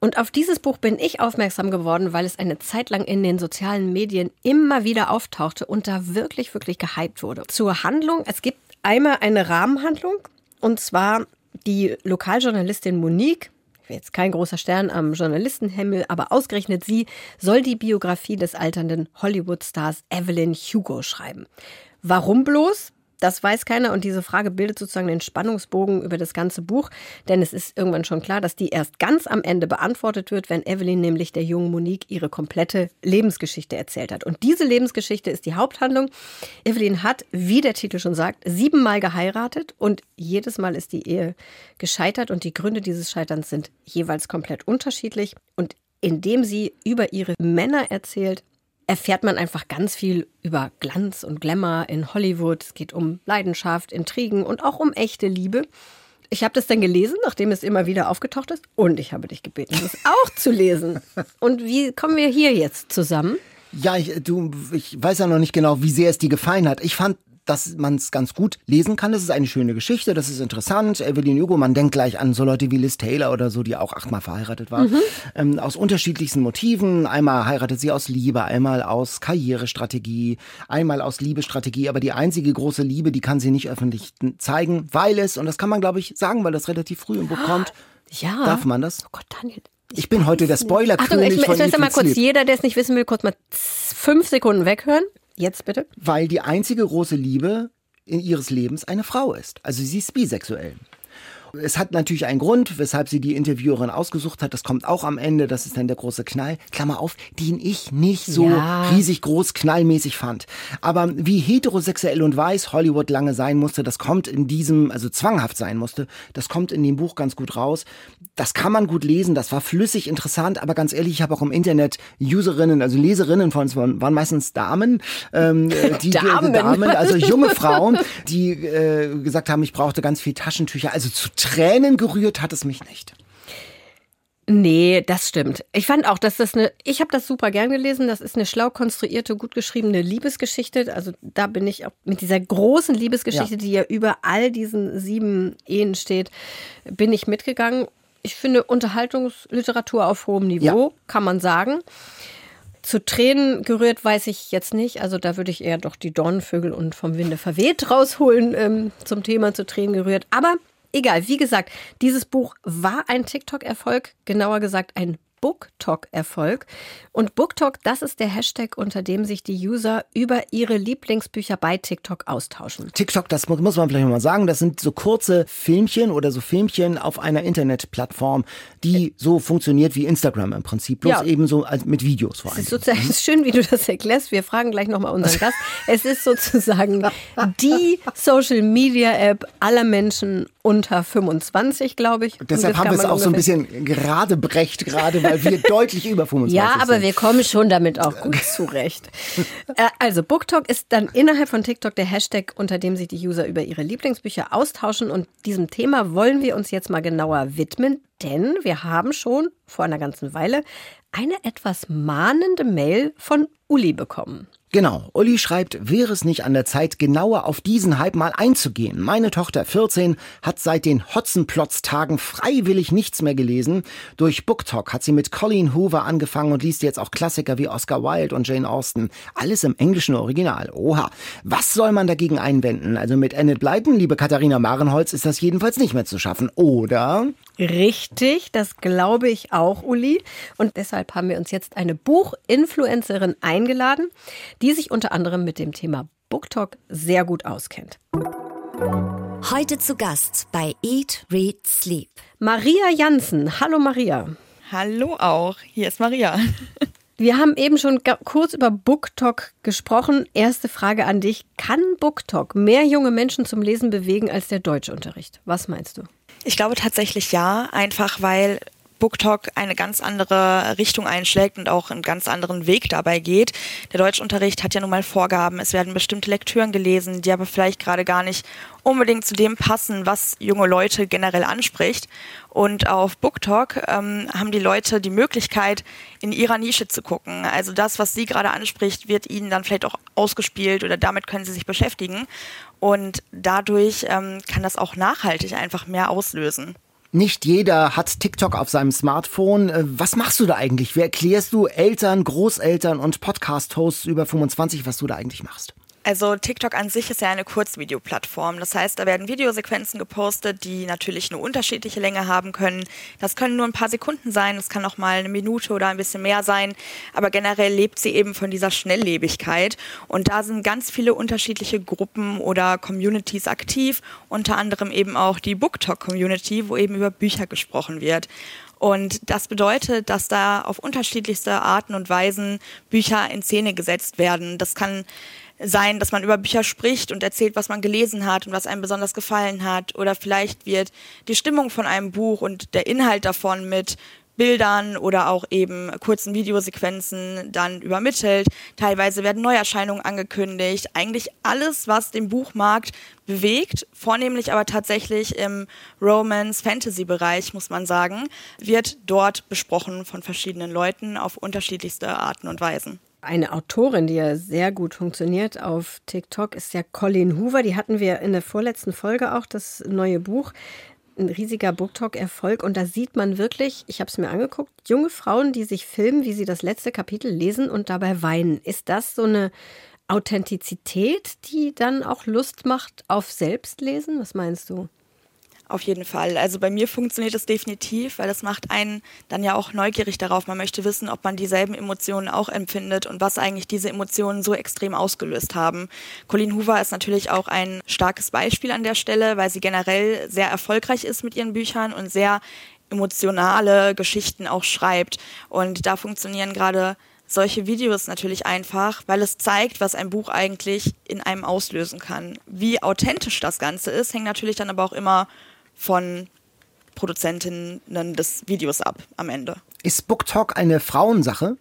S3: Und auf dieses Buch bin ich aufmerksam geworden, weil es eine Zeit lang in den sozialen Medien immer wieder auftauchte und da wirklich, wirklich gehypt wurde. Zur Handlung, es gibt einmal eine Rahmenhandlung, und zwar die Lokaljournalistin Monique, jetzt kein großer Stern am Journalistenhimmel, aber ausgerechnet sie soll die Biografie des alternden Hollywood-Stars Evelyn Hugo schreiben. Warum bloß? Das weiß keiner und diese Frage bildet sozusagen den Spannungsbogen über das ganze Buch, denn es ist irgendwann schon klar, dass die erst ganz am Ende beantwortet wird, wenn Evelyn nämlich der jungen Monique ihre komplette Lebensgeschichte erzählt hat. Und diese Lebensgeschichte ist die Haupthandlung. Evelyn hat, wie der Titel schon sagt, 7-mal geheiratet und jedes Mal ist die Ehe gescheitert und die Gründe dieses Scheiterns sind jeweils komplett unterschiedlich. Und indem sie über ihre Männer erzählt, erfährt man einfach ganz viel über Glanz und Glamour in Hollywood. Es geht um Leidenschaft, Intrigen und auch um echte Liebe. Ich habe das dann gelesen, nachdem es immer wieder aufgetaucht ist. Und ich habe dich gebeten, das auch zu lesen. Und wie kommen wir hier jetzt zusammen?
S1: Ja, ich weiß ja noch nicht genau, wie sehr es dir gefallen hat. Ich fand, dass man es ganz gut lesen kann. Das ist eine schöne Geschichte, das ist interessant. Evelyn Hugo, man denkt gleich an so Leute wie Liz Taylor oder so, die auch 8-mal verheiratet war. Aus unterschiedlichsten Motiven. Einmal heiratet sie aus Liebe, einmal aus Karrierestrategie, einmal aus Liebestrategie. Aber die einzige große Liebe, die kann sie nicht öffentlich zeigen, weil es, und das kann man glaube ich sagen, weil das relativ früh im Buch kommt.
S3: Ja.
S1: Darf man das?
S3: Oh Gott, Daniel.
S1: Ich bin heute der Spoiler-König
S3: Achtung,
S1: von
S3: ich möchte mal kurz,
S1: Sleep.
S3: jeder, der es nicht wissen will, kurz mal 5 Sekunden weghören. Jetzt bitte.
S1: Weil die einzige große Liebe in ihres Lebens eine Frau ist. Also sie ist bisexuell. Es hat natürlich einen Grund, weshalb sie die Interviewerin ausgesucht hat. Das kommt auch am Ende. Das ist dann der große Knall. Klammer auf, den ich nicht so riesig groß knallmäßig fand. Aber wie heterosexuell und weiß Hollywood lange sein musste, das kommt in diesem, also zwanghaft sein musste, das kommt in dem Buch ganz gut raus. Das kann man gut lesen. Das war flüssig interessant. Aber ganz ehrlich, ich habe auch im Internet Userinnen, also Leserinnen von uns, waren meistens Damen, Damen, also junge Frauen, die gesagt haben, ich brauchte ganz viel Taschentücher. Also zu Tränen gerührt hat es mich nicht.
S3: Nee, das stimmt. Ich fand auch, dass ich habe das super gern gelesen. Das ist eine schlau konstruierte, gut geschriebene Liebesgeschichte. Also da bin ich auch mit dieser großen Liebesgeschichte, die ja über all diesen 7 Ehen steht, bin ich mitgegangen. Ich finde Unterhaltungsliteratur auf hohem Niveau, kann man sagen. Zu Tränen gerührt weiß ich jetzt nicht. Also da würde ich eher doch die Dornenvögel und vom Winde verweht rausholen zum Thema zu Tränen gerührt. Aber egal, wie gesagt, dieses Buch war ein TikTok-Erfolg, genauer gesagt ein BookTok-Erfolg. Und BookTok, das ist der Hashtag, unter dem sich die User über ihre Lieblingsbücher bei TikTok austauschen.
S1: TikTok, das muss man vielleicht mal sagen, das sind so kurze Filmchen oder so Filmchen auf einer Internetplattform, die so funktioniert wie Instagram im Prinzip, bloß eben so mit Videos vor allem.
S3: Es ist schön, wie du das erklärst. Wir fragen gleich nochmal unseren Gast. Es ist sozusagen die Social-Media-App aller Menschen unter 25, glaube ich.
S1: Deshalb haben wir es auch so ein bisschen gerade, weil wir deutlich über 25
S3: sind. Ja, aber
S1: sind.
S3: wir kommen schon damit auch gut zurecht. Also BookTok ist dann innerhalb von TikTok der Hashtag, unter dem sich die User über ihre Lieblingsbücher austauschen. Und diesem Thema wollen wir uns jetzt mal genauer widmen, denn wir haben schon vor einer ganzen Weile eine etwas mahnende Mail von Uli bekommen.
S1: Genau, Uli schreibt, wäre es nicht an der Zeit, genauer auf diesen Hype mal einzugehen. Meine Tochter 14 hat seit den Hotzenplotz-Tagen freiwillig nichts mehr gelesen. Durch BookTok hat sie mit Colleen Hoover angefangen und liest jetzt auch Klassiker wie Oscar Wilde und Jane Austen. Alles im englischen Original. Oha, was soll man dagegen einwenden? Also mit Enid Blyton, liebe Katharina Marenholz, ist das jedenfalls nicht mehr zu schaffen, oder?
S3: Richtig, das glaube ich auch, Uli. Und deshalb haben wir uns jetzt eine Buchinfluencerin eingeladen, die sich unter anderem mit dem Thema BookTok sehr gut auskennt.
S2: Heute zu Gast bei Eat, Read, Sleep.
S3: Maria Jansen. Hallo Maria.
S4: Hallo auch, hier ist Maria.
S3: Wir haben eben schon kurz über BookTok gesprochen. Erste Frage an dich. Kann BookTok mehr junge Menschen zum Lesen bewegen als der Deutschunterricht? Was meinst du?
S4: Ich glaube tatsächlich ja, einfach weil BookTok eine ganz andere Richtung einschlägt und auch einen ganz anderen Weg dabei geht. Der Deutschunterricht hat ja nun mal Vorgaben, es werden bestimmte Lektüren gelesen, die aber vielleicht gerade gar nicht unbedingt zu dem passen, was junge Leute generell anspricht. Und auf BookTok haben die Leute die Möglichkeit, in ihrer Nische zu gucken. Also das, was sie gerade anspricht, wird ihnen dann vielleicht auch ausgespielt oder damit können sie sich beschäftigen. Und dadurch kann das auch nachhaltig einfach mehr auslösen.
S1: Nicht jeder hat TikTok auf seinem Smartphone. Was machst du da eigentlich? Wie erklärst du Eltern, Großeltern und Podcast-Hosts über 25, was du da eigentlich machst?
S4: Also TikTok an sich ist ja eine Kurzvideoplattform. Das heißt, da werden Videosequenzen gepostet, die natürlich eine unterschiedliche Länge haben können. Das können nur ein paar Sekunden sein, das kann auch mal eine Minute oder ein bisschen mehr sein. Aber generell lebt sie eben von dieser Schnelllebigkeit. Und da sind ganz viele unterschiedliche Gruppen oder Communities aktiv. Unter anderem eben auch die BookTok-Community, wo eben über Bücher gesprochen wird. Und das bedeutet, dass da auf unterschiedlichste Arten und Weisen Bücher in Szene gesetzt werden. Das kann sein, dass man über Bücher spricht und erzählt, was man gelesen hat und was einem besonders gefallen hat. Oder vielleicht wird die Stimmung von einem Buch und der Inhalt davon mit Bildern oder auch eben kurzen Videosequenzen dann übermittelt. Teilweise werden Neuerscheinungen angekündigt. Eigentlich alles, was den Buchmarkt bewegt, vornehmlich aber tatsächlich im Romance-Fantasy-Bereich, muss man sagen, wird dort besprochen von verschiedenen Leuten auf unterschiedlichste Arten und Weisen.
S3: Eine Autorin, die ja sehr gut funktioniert auf TikTok, ist ja Colleen Hoover. Die hatten wir in der vorletzten Folge auch, das neue Buch. Ein riesiger BookTok-Erfolg. Und da sieht man wirklich, ich habe es mir angeguckt, junge Frauen, die sich filmen, wie sie das letzte Kapitel lesen und dabei weinen. Ist das so eine Authentizität, die dann auch Lust macht auf Selbstlesen? Was meinst du?
S4: Auf jeden Fall. Also bei mir funktioniert es definitiv, weil das macht einen dann ja auch neugierig darauf. Man möchte wissen, ob man dieselben Emotionen auch empfindet und was eigentlich diese Emotionen so extrem ausgelöst haben. Colleen Hoover ist natürlich auch ein starkes Beispiel an der Stelle, weil sie generell sehr erfolgreich ist mit ihren Büchern und sehr emotionale Geschichten auch schreibt. Und da funktionieren gerade solche Videos natürlich einfach, weil es zeigt, was ein Buch eigentlich in einem auslösen kann. Wie authentisch das Ganze ist, hängt natürlich dann aber auch immer von Produzentinnen des Videos ab am Ende.
S1: Ist BookTok eine Frauensache?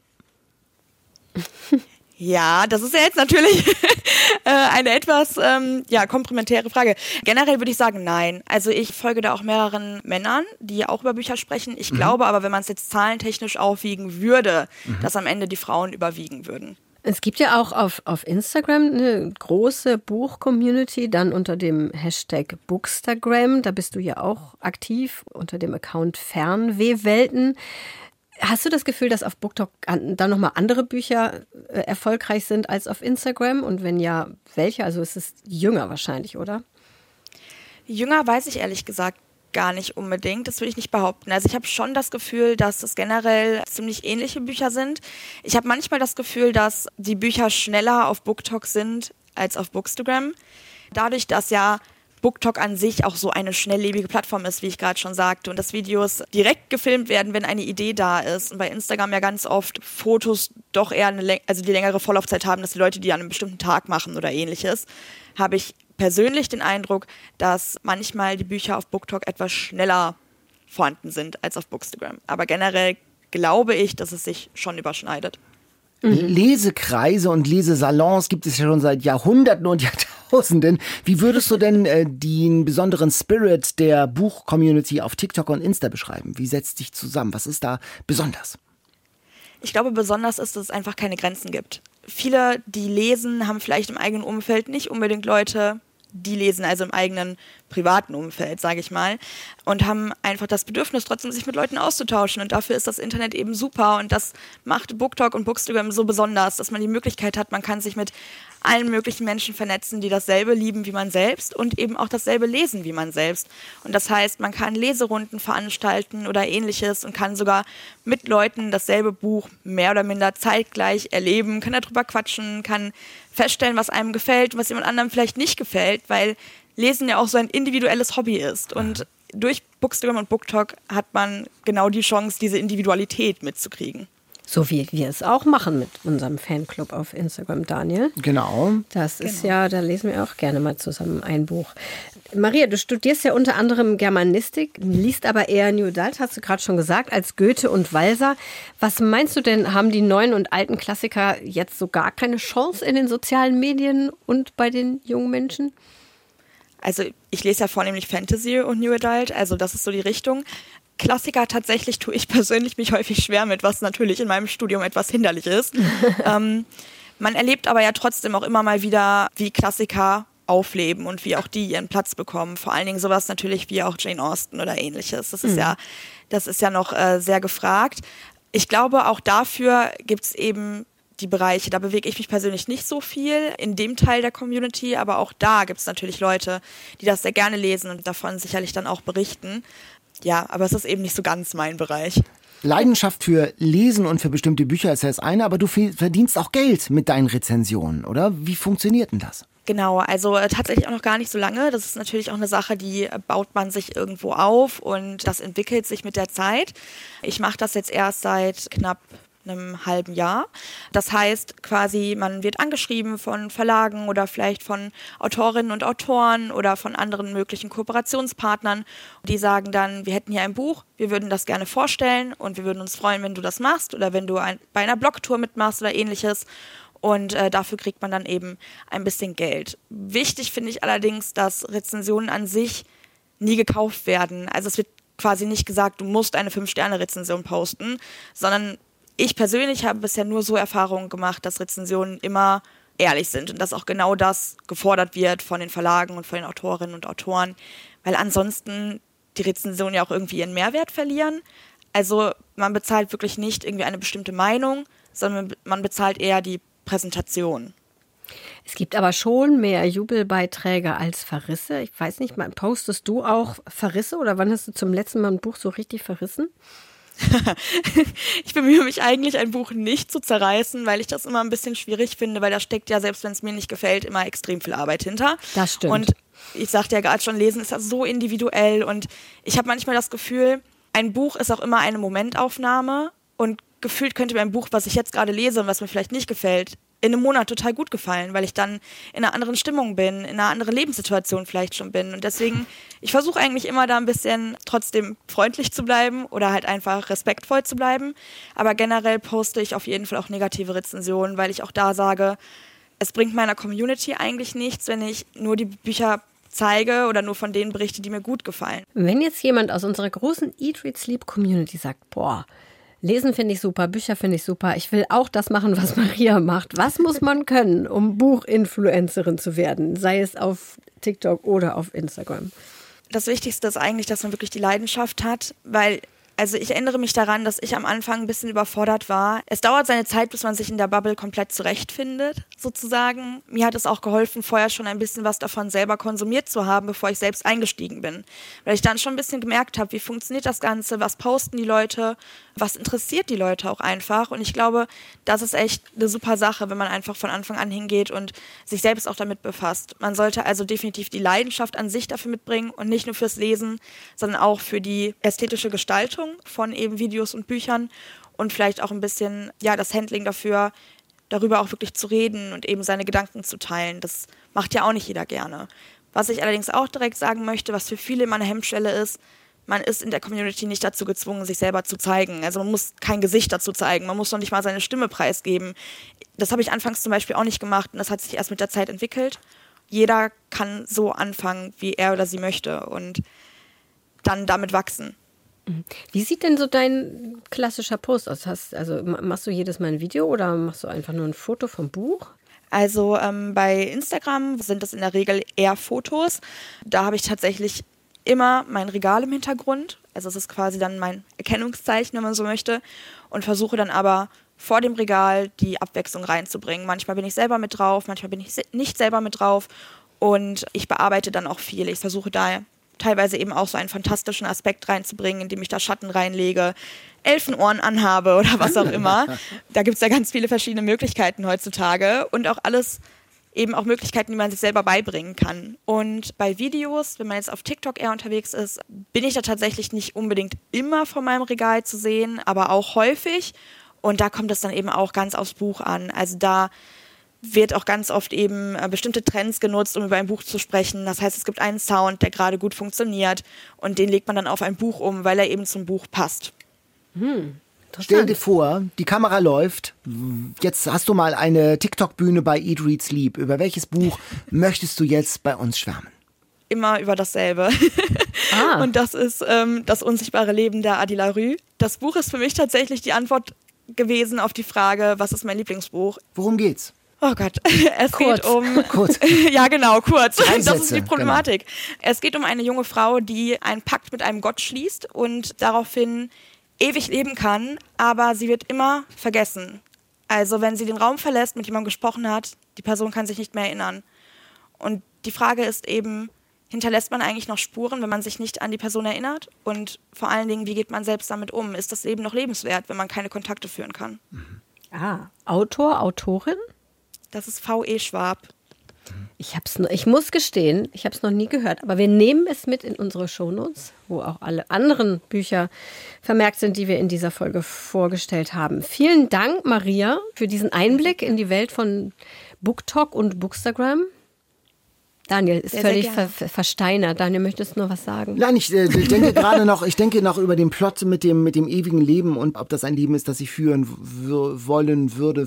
S4: Ja, das ist ja jetzt natürlich eine etwas komplementäre Frage. Generell würde ich sagen, nein. Also ich folge da auch mehreren Männern, die auch über Bücher sprechen. Ich glaube aber, wenn man es jetzt zahlentechnisch aufwiegen würde, dass am Ende die Frauen überwiegen würden.
S3: Es gibt ja auch auf Instagram eine große Buch-Community, dann unter dem Hashtag Bookstagram. Da bist du ja auch aktiv unter dem Account Fernwehwelten. Hast du das Gefühl, dass auf BookTok dann nochmal andere Bücher erfolgreich sind als auf Instagram? Und wenn ja, welche? Also es ist jünger wahrscheinlich, oder?
S4: Jünger weiß ich ehrlich gesagt gar nicht unbedingt, das würde ich nicht behaupten. Also ich habe schon das Gefühl, dass es generell ziemlich ähnliche Bücher sind. Ich habe manchmal das Gefühl, dass die Bücher schneller auf BookTok sind als auf Bookstagram. Dadurch, dass ja BookTok an sich auch so eine schnelllebige Plattform ist, wie ich gerade schon sagte, und dass Videos direkt gefilmt werden, wenn eine Idee da ist. Und bei Instagram ja ganz oft Fotos doch eher die längere Vorlaufzeit haben, dass die Leute die an einem bestimmten Tag machen oder ähnliches, habe ich persönlich den Eindruck, dass manchmal die Bücher auf BookTok etwas schneller vorhanden sind als auf Bookstagram. Aber generell glaube ich, dass es sich schon überschneidet.
S1: Lesekreise und Lesesalons gibt es ja schon seit Jahrhunderten und Jahrtausenden. Wie würdest du denn den besonderen Spirit der Buch-Community auf TikTok und Insta beschreiben? Wie setzt sich zusammen? Was ist da besonders?
S4: Ich glaube, besonders ist, dass es einfach keine Grenzen gibt. Viele, die lesen, haben vielleicht im eigenen Umfeld nicht unbedingt Leute, die lesen, also im eigenen privaten Umfeld, sage ich mal, und haben einfach das Bedürfnis, trotzdem sich mit Leuten auszutauschen. Und dafür ist das Internet eben super. Und das macht BookTok und Bookstagram so besonders, dass man die Möglichkeit hat, man kann sich mit allen möglichen Menschen vernetzen, die dasselbe lieben wie man selbst und eben auch dasselbe lesen wie man selbst. Und das heißt, man kann Leserunden veranstalten oder ähnliches und kann sogar mit Leuten dasselbe Buch mehr oder minder zeitgleich erleben, kann darüber quatschen, kann feststellen, was einem gefällt und was jemand anderem vielleicht nicht gefällt, weil Lesen ja auch so ein individuelles Hobby ist. Und durch Bookstagram und BookTok hat man genau die Chance, diese Individualität mitzukriegen.
S3: So wie wir es auch machen mit unserem Fanclub auf Instagram, Daniel.
S1: Genau.
S3: Das ist ja, da lesen wir auch gerne mal zusammen ein Buch. Maria, du studierst ja unter anderem Germanistik, liest aber eher New Adult, hast du gerade schon gesagt, als Goethe und Walser. Was meinst du denn, haben die neuen und alten Klassiker jetzt so gar keine Chance in den sozialen Medien und bei den jungen Menschen?
S4: Also ich lese ja vornehmlich Fantasy und New Adult, also das ist so die Richtung. Klassiker tatsächlich tue ich persönlich mich häufig schwer mit, was natürlich in meinem Studium etwas hinderlich ist. Man erlebt aber ja trotzdem auch immer mal wieder, wie Klassiker aufleben und wie auch die ihren Platz bekommen. Vor allen Dingen sowas natürlich wie auch Jane Austen oder ähnliches. Das ist ja noch sehr gefragt. Ich glaube, auch dafür gibt es eben die Bereiche, da bewege ich mich persönlich nicht so viel in dem Teil der Community, aber auch da gibt es natürlich Leute, die das sehr gerne lesen und davon sicherlich dann auch berichten. Ja, aber es ist eben nicht so ganz mein Bereich.
S1: Leidenschaft für Lesen und für bestimmte Bücher ist ja das eine, aber du verdienst auch Geld mit deinen Rezensionen, oder? Wie funktioniert denn das?
S4: Genau, also tatsächlich auch noch gar nicht so lange. Das ist natürlich auch eine Sache, die baut man sich irgendwo auf und das entwickelt sich mit der Zeit. Ich mache das jetzt erst seit knapp einem halben Jahr. Das heißt quasi, man wird angeschrieben von Verlagen oder vielleicht von Autorinnen und Autoren oder von anderen möglichen Kooperationspartnern. Die sagen dann, wir hätten hier ein Buch, wir würden das gerne vorstellen und wir würden uns freuen, wenn du das machst oder wenn du bei einer Blogtour mitmachst oder ähnliches. Und dafür kriegt man dann eben ein bisschen Geld. Wichtig finde ich allerdings, dass Rezensionen an sich nie gekauft werden. Also es wird quasi nicht gesagt, du musst eine 5-Sterne-Rezension posten, sondern ich persönlich habe bisher nur so Erfahrungen gemacht, dass Rezensionen immer ehrlich sind und dass auch genau das gefordert wird von den Verlagen und von den Autorinnen und Autoren, weil ansonsten die Rezensionen ja auch irgendwie ihren Mehrwert verlieren. Also man bezahlt wirklich nicht irgendwie eine bestimmte Meinung, sondern man bezahlt eher die Präsentation.
S3: Es gibt aber schon mehr Jubelbeiträge als Verrisse. Ich weiß nicht, postest du auch Verrisse oder wann hast du zum letzten Mal ein Buch so richtig verrissen?
S4: Ich bemühe mich eigentlich, ein Buch nicht zu zerreißen, weil ich das immer ein bisschen schwierig finde, weil da steckt ja, selbst wenn es mir nicht gefällt, immer extrem viel Arbeit hinter.
S3: Das stimmt.
S4: Und ich sagte ja gerade schon, Lesen ist ja so individuell und ich habe manchmal das Gefühl, ein Buch ist auch immer eine Momentaufnahme und gefühlt könnte mir ein Buch, was ich jetzt gerade lese und was mir vielleicht nicht gefällt, in einem Monat total gut gefallen, weil ich dann in einer anderen Stimmung bin, in einer anderen Lebenssituation vielleicht schon bin. Und deswegen, ich versuche eigentlich immer da ein bisschen trotzdem freundlich zu bleiben oder halt einfach respektvoll zu bleiben. Aber generell poste ich auf jeden Fall auch negative Rezensionen, weil ich auch da sage, es bringt meiner Community eigentlich nichts, wenn ich nur die Bücher zeige oder nur von denen berichte, die mir gut gefallen.
S3: Wenn jetzt jemand aus unserer großen Eat, Read, Sleep Community sagt, boah, Lesen finde ich super, Bücher finde ich super. Ich will auch das machen, was Maria macht. Was muss man können, um Buchinfluencerin zu werden? Sei es auf TikTok oder auf Instagram.
S4: Das Wichtigste ist eigentlich, dass man wirklich die Leidenschaft hat, weil ich erinnere mich daran, dass ich am Anfang ein bisschen überfordert war. Es dauert seine Zeit, bis man sich in der Bubble komplett zurechtfindet, sozusagen. Mir hat es auch geholfen, vorher schon ein bisschen was davon selber konsumiert zu haben, bevor ich selbst eingestiegen bin. Weil ich dann schon ein bisschen gemerkt habe, wie funktioniert das Ganze, was posten die Leute, was interessiert die Leute auch einfach. Und ich glaube, das ist echt eine super Sache, wenn man einfach von Anfang an hingeht und sich selbst auch damit befasst. Man sollte also definitiv die Leidenschaft an sich dafür mitbringen und nicht nur fürs Lesen, sondern auch für die ästhetische Gestaltung von eben Videos und Büchern und vielleicht auch ein bisschen, das Handling dafür, darüber auch wirklich zu reden und eben seine Gedanken zu teilen. Das macht ja auch nicht jeder gerne. Was ich allerdings auch direkt sagen möchte, was für viele immer eine Hemmschwelle ist, man ist in der Community nicht dazu gezwungen, sich selber zu zeigen. Also man muss kein Gesicht dazu zeigen, man muss noch nicht mal seine Stimme preisgeben. Das habe ich anfangs zum Beispiel auch nicht gemacht und das hat sich erst mit der Zeit entwickelt. Jeder kann so anfangen, wie er oder sie möchte und dann damit wachsen.
S3: Wie sieht denn so dein klassischer Post aus? Machst du jedes Mal ein Video oder machst du einfach nur ein Foto vom Buch?
S4: Also bei Instagram sind das in der Regel eher Fotos. Da habe ich tatsächlich immer mein Regal im Hintergrund. Also es ist quasi dann mein Erkennungszeichen, wenn man so möchte. Und versuche dann aber vor dem Regal die Abwechslung reinzubringen. Manchmal bin ich selber mit drauf, manchmal bin ich nicht selber mit drauf. Und ich bearbeite dann auch viel. Ich versuche da teilweise eben auch so einen fantastischen Aspekt reinzubringen, indem ich da Schatten reinlege, Elfenohren anhabe oder was auch immer. Da gibt es ja ganz viele verschiedene Möglichkeiten heutzutage und auch alles eben auch Möglichkeiten, die man sich selber beibringen kann. Und bei Videos, wenn man jetzt auf TikTok eher unterwegs ist, bin ich da tatsächlich nicht unbedingt immer vor meinem Regal zu sehen, aber auch häufig. Und da kommt es dann eben auch ganz aufs Buch an. Also da wird auch ganz oft eben bestimmte Trends genutzt, um über ein Buch zu sprechen. Das heißt, es gibt einen Sound, der gerade gut funktioniert und den legt man dann auf ein Buch um, weil er eben zum Buch passt.
S1: Stell dir vor, die Kamera läuft. Jetzt hast du mal eine TikTok-Bühne bei Eat, Read, Sleep. Über welches Buch möchtest du jetzt bei uns schwärmen?
S4: Immer über dasselbe. Und das ist Das unsichtbare Leben der Adi LaRue. Das Buch ist für mich tatsächlich die Antwort gewesen auf die Frage, was ist mein Lieblingsbuch?
S1: Worum geht's?
S4: Oh Gott, es geht um...
S1: Kurz.
S4: Ja, genau, kurz. Das
S1: Sätze,
S4: ist die Problematik. Genau. Es geht um eine junge Frau, die einen Pakt mit einem Gott schließt und daraufhin ewig leben kann, aber sie wird immer vergessen. Also wenn sie den Raum verlässt, mit jemandem gesprochen hat, die Person kann sich nicht mehr erinnern. Und die Frage ist eben, hinterlässt man eigentlich noch Spuren, wenn man sich nicht an die Person erinnert? Und vor allen Dingen, wie geht man selbst damit um? Ist das Leben noch lebenswert, wenn man keine Kontakte führen kann?
S3: Autor, Autorin?
S4: Das ist V.E. Schwab.
S3: Ich muss gestehen, ich habe es noch nie gehört, aber wir nehmen es mit in unsere Shownotes, wo auch alle anderen Bücher vermerkt sind, die wir in dieser Folge vorgestellt haben. Vielen Dank, Maria, für diesen Einblick in die Welt von BookTok und Bookstagram. Daniel ist
S4: sehr,
S3: völlig
S4: sehr
S3: versteinert. Daniel, möchtest du noch was sagen?
S1: Nein, ich denke gerade noch, über den Plot mit dem ewigen Leben und ob das ein Leben ist, das ich führen wollen.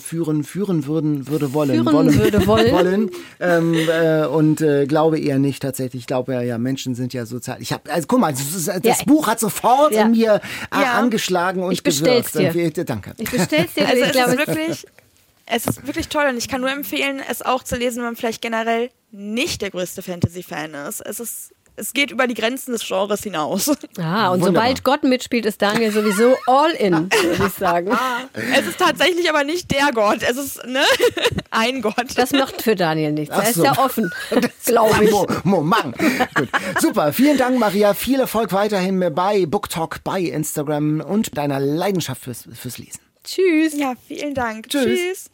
S1: Und glaube eher nicht tatsächlich. Ich glaube ja, Menschen sind ja sozial. Guck mal, das Buch hat sofort in mir angeschlagen und
S3: ich bestell's
S1: gewirkt.
S3: Dir.
S1: Danke.
S3: Ich bestell's dir.
S4: Also es ist wirklich toll und ich kann nur empfehlen, es auch zu lesen, wenn man vielleicht generell nicht der größte Fantasy-Fan ist. Es geht über die Grenzen des Genres hinaus.
S3: Und
S1: Wunderbar.
S3: sobald Gott mitspielt, ist Daniel sowieso all in, würde ich sagen.
S4: Es ist tatsächlich aber nicht der Gott, es ist ein Gott.
S3: Das macht für Daniel nichts. Er ist
S1: so.
S3: ja offen, glaube ich.
S1: Gut. Super, vielen Dank, Maria. Viel Erfolg weiterhin bei BookTok, bei Instagram und deiner Leidenschaft fürs Lesen.
S3: Tschüss.
S4: Ja, vielen Dank.
S1: Tschüss.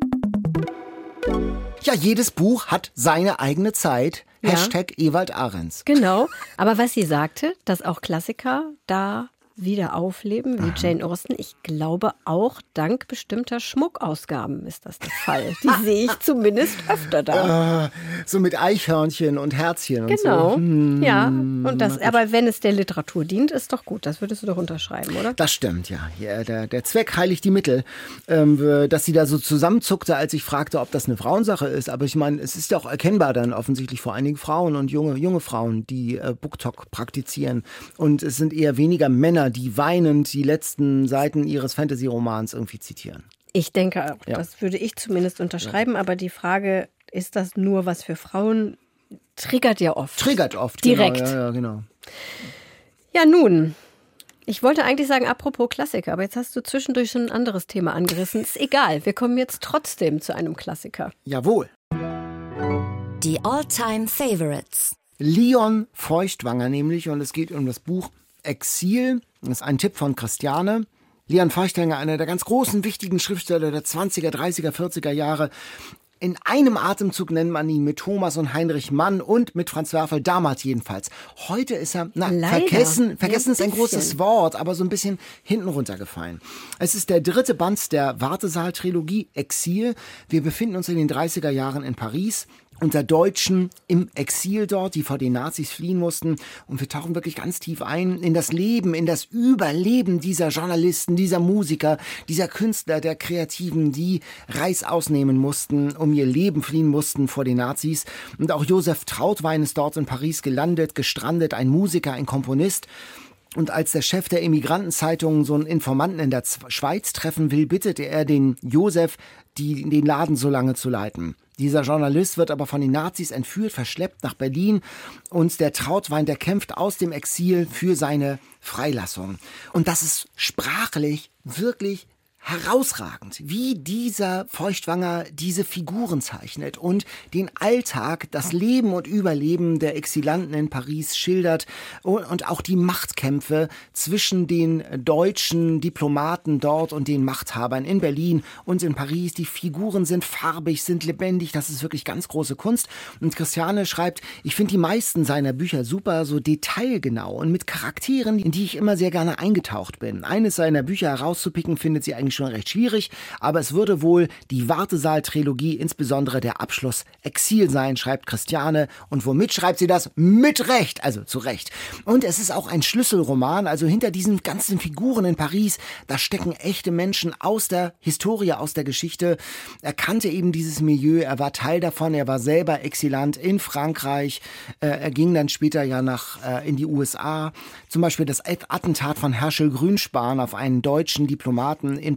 S1: Ja, jedes Buch hat seine eigene Zeit.
S3: Ja.
S1: #Ewald Ahrens.
S3: Genau. Aber was sie sagte, dass auch Klassiker da wieder aufleben, wie Jane Austen. Ich glaube auch dank bestimmter Schmuckausgaben ist das der Fall. Die sehe ich zumindest öfter da.
S1: So mit Eichhörnchen und Herzchen und so.
S3: Genau, ja. Und das, aber wenn es der Literatur dient, ist doch gut. Das würdest du doch unterschreiben, oder?
S1: Das stimmt, ja. Der Zweck heiligt die Mittel. Dass sie da so zusammenzuckte, als ich fragte, ob das eine Frauensache ist. Aber ich meine, es ist ja auch erkennbar dann offensichtlich vor einigen Frauen und junge Frauen, die BookTok praktizieren. Und es sind eher weniger Männer, die weinend die letzten Seiten ihres Fantasy-Romans irgendwie zitieren.
S3: Ich denke auch, das würde ich zumindest unterschreiben. Aber die Frage, ist das nur was für Frauen? Triggert ja oft. Direkt.
S1: Genau, ja, genau.
S3: Ja, nun. Ich wollte eigentlich sagen, apropos Klassiker, aber jetzt hast du zwischendurch schon ein anderes Thema angerissen. Ist egal, wir kommen jetzt trotzdem zu einem Klassiker.
S1: Jawohl.
S2: Die All-Time Favorites.
S1: Leon Feuchtwanger nämlich, und es geht um das Buch Exil. Das ist ein Tipp von Christiane. Leon Feuchtwanger, einer der ganz großen, wichtigen Schriftsteller der 20er, 30er, 40er Jahre. In einem Atemzug nennt man ihn mit Thomas und Heinrich Mann und mit Franz Werfel, damals jedenfalls. Heute ist er, vergessen ist ein großes Wort, aber so ein bisschen hinten runtergefallen. Es ist der 3. Band der Wartesaal-Trilogie Exil. Wir befinden uns in den 30er Jahren in Paris. Unter Deutschen im Exil dort, die vor den Nazis fliehen mussten. Und wir tauchen wirklich ganz tief ein in das Leben, in das Überleben dieser Journalisten, dieser Musiker, dieser Künstler, der Kreativen, die Reißaus nehmen mussten, um ihr Leben fliehen mussten vor den Nazis. Und auch Josef Trautwein ist dort in Paris gelandet, gestrandet, ein Musiker, ein Komponist. Und als der Chef der Emigrantenzeitung so einen Informanten in der Schweiz treffen will, bittet er den Josef, den Laden so lange zu leiten. Dieser Journalist wird aber von den Nazis entführt, verschleppt nach Berlin und der Trautwein, der kämpft aus dem Exil für seine Freilassung. Und das ist sprachlich wirklich herausragend, wie dieser Feuchtwanger diese Figuren zeichnet und den Alltag, das Leben und Überleben der Exilanten in Paris schildert und auch die Machtkämpfe zwischen den deutschen Diplomaten dort und den Machthabern in Berlin und in Paris. Die Figuren sind farbig, sind lebendig, das ist wirklich ganz große Kunst. Und Christiane schreibt, ich finde die meisten seiner Bücher super, so detailgenau und mit Charakteren, in die ich immer sehr gerne eingetaucht bin. Eines seiner Bücher herauszupicken, findet sie eigentlich schon recht schwierig, aber es würde wohl die Wartesaal-Trilogie, insbesondere der Abschluss Exil sein, schreibt Christiane. Und womit schreibt sie das? Mit Recht, also zu Recht. Und es ist auch ein Schlüsselroman, also hinter diesen ganzen Figuren in Paris, da stecken echte Menschen aus der Historie, aus der Geschichte. Er kannte eben dieses Milieu, er war Teil davon, er war selber Exilant in Frankreich, er ging dann später ja in die USA. Zum Beispiel das Attentat von Herschel Grünspan auf einen deutschen Diplomaten in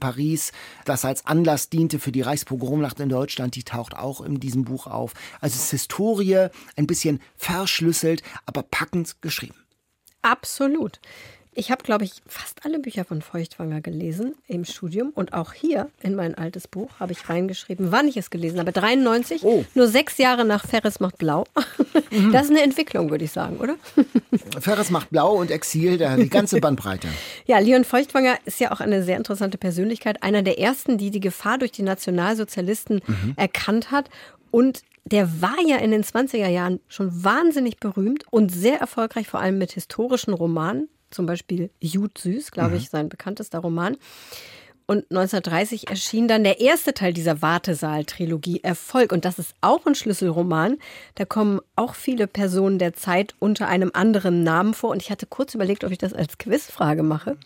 S1: Paris, das als Anlass diente für die Reichspogromnacht in Deutschland, die taucht auch in diesem Buch auf. Also es ist Historie, ein bisschen verschlüsselt, aber packend geschrieben.
S3: Absolut. Ich habe, glaube ich, fast alle Bücher von Feuchtwanger gelesen im Studium. Und auch hier in mein altes Buch habe ich reingeschrieben, wann ich es gelesen habe. 93, nur 6 Jahre nach Ferris macht blau. Das ist eine Entwicklung, würde ich sagen, oder?
S1: Ferris macht blau und Exil, die ganze Bandbreite.
S3: Ja, Leon Feuchtwanger ist ja auch eine sehr interessante Persönlichkeit. Einer der ersten, die Gefahr durch die Nationalsozialisten erkannt hat. Und der war ja in den 20er Jahren schon wahnsinnig berühmt und sehr erfolgreich, vor allem mit historischen Romanen. Zum Beispiel Jud Süß, glaube ich, sein bekanntester Roman. Und 1930 erschien dann der erste Teil dieser Wartesaal-Trilogie, Erfolg. Und das ist auch ein Schlüsselroman. Da kommen auch viele Personen der Zeit unter einem anderen Namen vor. Und ich hatte kurz überlegt, ob ich das als Quizfrage mache.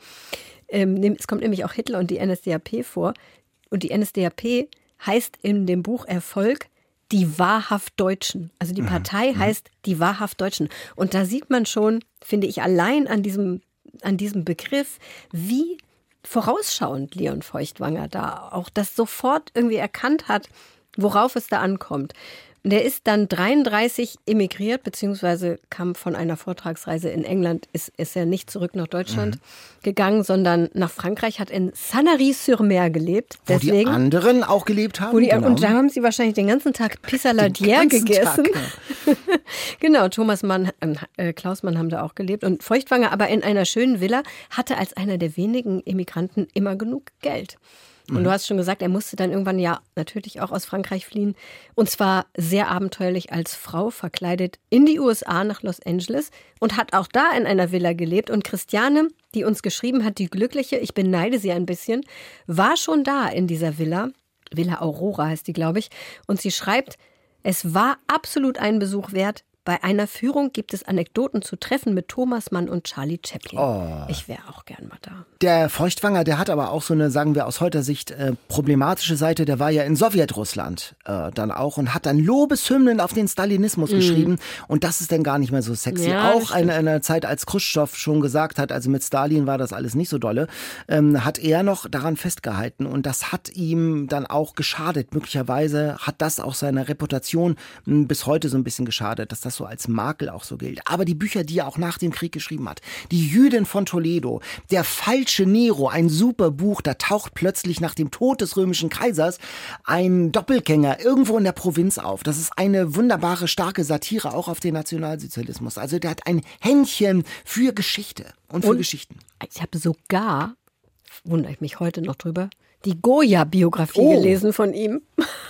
S3: Es kommt nämlich auch Hitler und die NSDAP vor. Und die NSDAP heißt in dem Buch Erfolg die wahrhaft Deutschen. Also die Partei heißt die wahrhaft Deutschen. Und da sieht man schon, finde ich, allein an diesem Begriff, wie vorausschauend Leon Feuchtwanger da auch das sofort irgendwie erkannt hat, worauf es da ankommt. Und der ist dann 1933 emigriert, beziehungsweise kam von einer Vortragsreise in England, ist er nicht zurück nach Deutschland gegangen, sondern nach Frankreich, hat in Sanary-sur-Mer gelebt.
S1: Wo die anderen auch gelebt haben.
S3: Genau. Und da haben sie wahrscheinlich den ganzen Tag Pissaladière gegessen. Ja. Genau, Thomas Mann, Klaus Mann haben da auch gelebt. Und Feuchtwanger aber in einer schönen Villa hatte als einer der wenigen Emigranten immer genug Geld. Und du hast schon gesagt, er musste dann irgendwann ja natürlich auch aus Frankreich fliehen. Und zwar sehr abenteuerlich als Frau verkleidet in die USA nach Los Angeles und hat auch da in einer Villa gelebt. Und Christiane, die uns geschrieben hat, die Glückliche, ich beneide sie ein bisschen, war schon da in dieser Villa. Villa Aurora heißt die, glaube ich. Und sie schreibt, es war absolut einen Besuch wert. Bei einer Führung gibt es Anekdoten zu Treffen mit Thomas Mann und Charlie Chaplin. Oh. Ich wäre auch gern mal da.
S1: Der Feuchtwanger, der hat aber auch so eine, sagen wir aus heutiger Sicht, problematische Seite. Der war ja in Sowjetrussland dann auch und hat dann Lobeshymnen auf den Stalinismus geschrieben. Und das ist dann gar nicht mehr so sexy.
S3: Ja,
S1: auch in einer Zeit, als Khrushchev schon gesagt hat, also mit Stalin war das alles nicht so dolle, hat er noch daran festgehalten. Und das hat ihm dann auch geschadet. Möglicherweise hat das auch seiner Reputation bis heute so ein bisschen geschadet, dass das so als Makel auch so gilt. Aber die Bücher, die er auch nach dem Krieg geschrieben hat, die Jüdin von Toledo, der falsche Nero, ein super Buch, da taucht plötzlich nach dem Tod des römischen Kaisers ein Doppelgänger irgendwo in der Provinz auf. Das ist eine wunderbare, starke Satire auch auf den Nationalsozialismus. Also der hat ein Händchen für Geschichte und für Geschichten.
S3: Ich habe sogar, wundere ich mich heute noch drüber, die Goya-Biografie gelesen von ihm.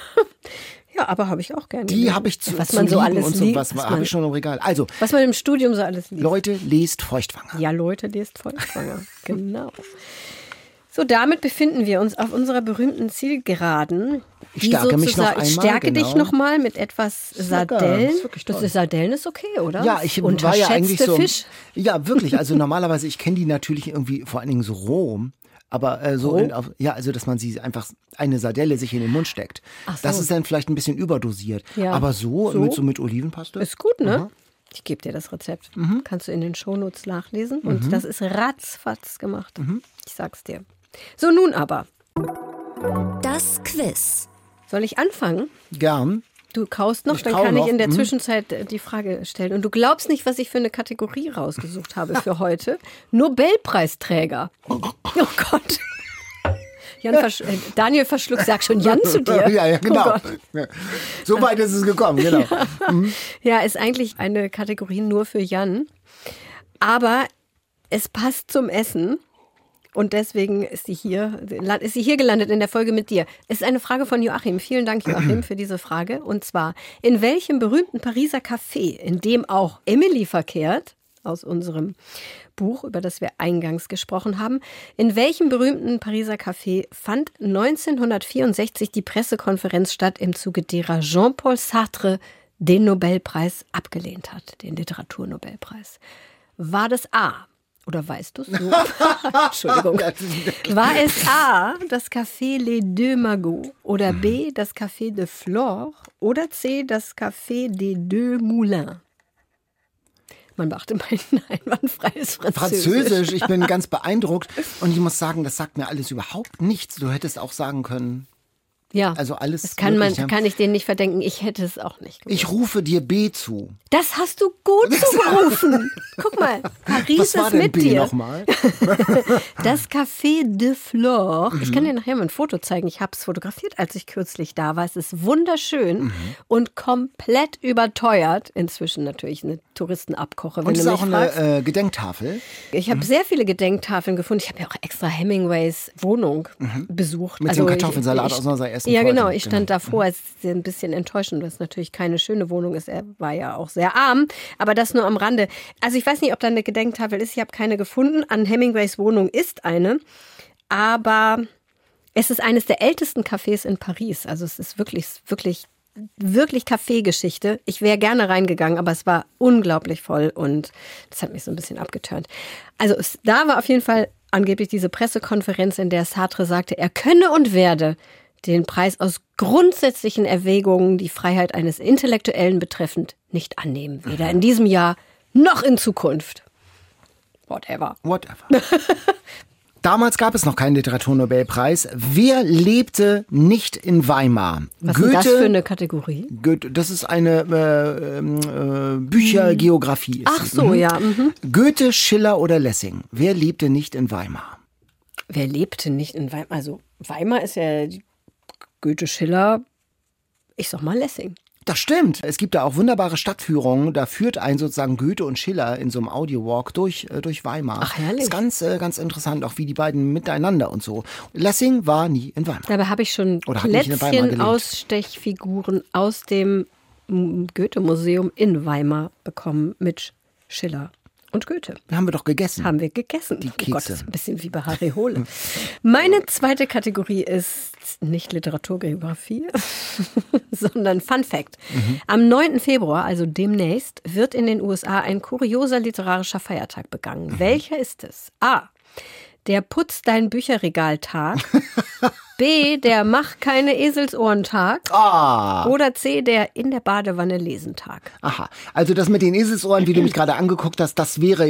S3: Ja, aber habe ich auch gerne.
S1: Die habe ich zu
S3: was man so alles
S1: und so, was habe ich schon im Regal. Also,
S3: was man im Studium so alles liest.
S1: Leute, lest Feuchtwanger.
S3: Ja, Leute, lest Feuchtwanger. Genau. So, damit befinden wir uns auf unserer berühmten Zielgeraden.
S1: Ich stärke mich noch einmal.
S3: Ich stärke dich noch mal mit etwas Sardellen. Das ist Sardellen ist okay, oder?
S1: Ja, ich war ja eigentlich so.
S3: Fisch.
S1: Ja, wirklich. Also normalerweise, ich kenne die natürlich irgendwie vor allen Dingen so roh. Aber also dass man sie einfach eine Sardelle sich in den Mund steckt. Ach so. Das ist dann vielleicht ein bisschen überdosiert. Ja. Aber so? Mit Olivenpaste?
S3: Ist gut, ne? Ich gebe dir das Rezept. Kannst du in den Shownotes nachlesen. Und das ist ratzfatz gemacht. Ich sag's dir. So, nun aber.
S2: Das Quiz.
S3: Soll ich anfangen?
S1: Gern.
S3: Du kaust noch, dann kann ich in der Zwischenzeit die Frage stellen. Und du glaubst nicht, was ich für eine Kategorie rausgesucht habe für heute. Nobelpreisträger. Oh Gott. Daniel verschluckt, sag schon Jan zu dir.
S1: Ja, genau.
S3: Oh
S1: so weit ist es gekommen, genau.
S3: Ja, ist eigentlich eine Kategorie nur für Jan. Aber es passt zum Essen. Und deswegen ist sie hier gelandet in der Folge mit dir. Es ist eine Frage von Joachim. Vielen Dank, Joachim, für diese Frage. Und zwar, in welchem berühmten Pariser Café, in dem auch Emily verkehrt, aus unserem Buch, über das wir eingangs gesprochen haben, in welchem berühmten Pariser Café fand 1964 die Pressekonferenz statt, im Zuge derer Jean-Paul Sartre den Nobelpreis abgelehnt hat, den Literaturnobelpreis? War das A? Oder weißt du es? Entschuldigung. War es A, das Café Les Deux Magots oder B, das Café de Flore oder C, das Café des Deux Moulins? Man beachte mein einwandfreies
S1: Französisch, ich bin ganz beeindruckt. Und ich muss sagen, das sagt mir alles überhaupt nichts. Du hättest auch sagen können...
S3: Ja,
S1: also alles
S3: das kann ich denen nicht verdenken. Ich hätte es auch nicht gemacht.
S1: Ich rufe dir B zu.
S3: Das hast du gut zugerufen. Guck mal, Paris
S1: Was war
S3: ist
S1: denn
S3: mit
S1: B
S3: dir.
S1: nochmal?
S3: Das Café de Flore. Ich kann dir nachher mal ein Foto zeigen. Ich habe es fotografiert, als ich kürzlich da war. Es ist wunderschön und komplett überteuert. Inzwischen natürlich eine Touristenabkoche.
S1: Und es ist auch eine Gedenktafel.
S3: Ich habe sehr viele Gedenktafeln gefunden. Ich habe ja auch extra Hemingways Wohnung besucht.
S1: Mit dem Kartoffelsalat aus unserer ersten
S3: Ja,
S1: Folge.
S3: genau. Ich stand davor. Es ist ein bisschen enttäuschend, weil es natürlich keine schöne Wohnung ist. Er war ja auch sehr arm. Aber das nur am Rande. Also ich weiß nicht, ob da eine Gedenktafel ist. Ich habe keine gefunden. An Hemingways Wohnung ist eine. Aber es ist eines der ältesten Cafés in Paris. Also es ist wirklich Kaffeegeschichte. Ich wäre gerne reingegangen, aber es war unglaublich voll und das hat mich so ein bisschen abgeturnt. Also da war auf jeden Fall angeblich diese Pressekonferenz, in der Sartre sagte, er könne und werde den Preis aus grundsätzlichen Erwägungen, die Freiheit eines Intellektuellen betreffend, nicht annehmen. Weder in diesem Jahr noch in Zukunft. Whatever.
S1: Damals gab es noch keinen Literaturnobelpreis. Wer lebte nicht in Weimar?
S3: Was ist das für eine Kategorie?
S1: Goethe, das ist eine Büchergeografie.
S3: Ach so, ja.
S1: Goethe, Schiller oder Lessing? Wer lebte nicht in Weimar?
S3: Wer lebte nicht in Weimar? Also Weimar ist ja Goethe, Schiller, ich sag mal Lessing.
S1: Das stimmt. Es gibt da auch wunderbare Stadtführungen. Da führt einen sozusagen Goethe und Schiller in so einem Audiowalk durch Weimar.
S3: Ach, herrlich.
S1: Das ist ganz interessant, auch wie die beiden miteinander und so. Lessing war nie in Weimar.
S3: Dabei habe ich schon Plätzchen-Ausstechfiguren aus dem Goethe-Museum in Weimar bekommen mit Schiller und Goethe.
S1: Haben wir doch gegessen.
S3: Haben wir gegessen.
S1: Die Kekse.
S3: Oh Gott, das ist ein bisschen wie bei Harry Hole. Meine zweite Kategorie ist nicht Literaturgeografie, sondern Fun Fact. Am 9. Februar, also demnächst, wird in den USA ein kurioser literarischer Feiertag begangen. Welcher ist es? A. Der Putz dein Bücherregal-Tag. B. Der Mach keine Eselsohren-Tag. Oder C. Der In der Badewanne lesen-Tag.
S1: Aha, also das mit den Eselsohren, wie du mich gerade angeguckt hast, das wäre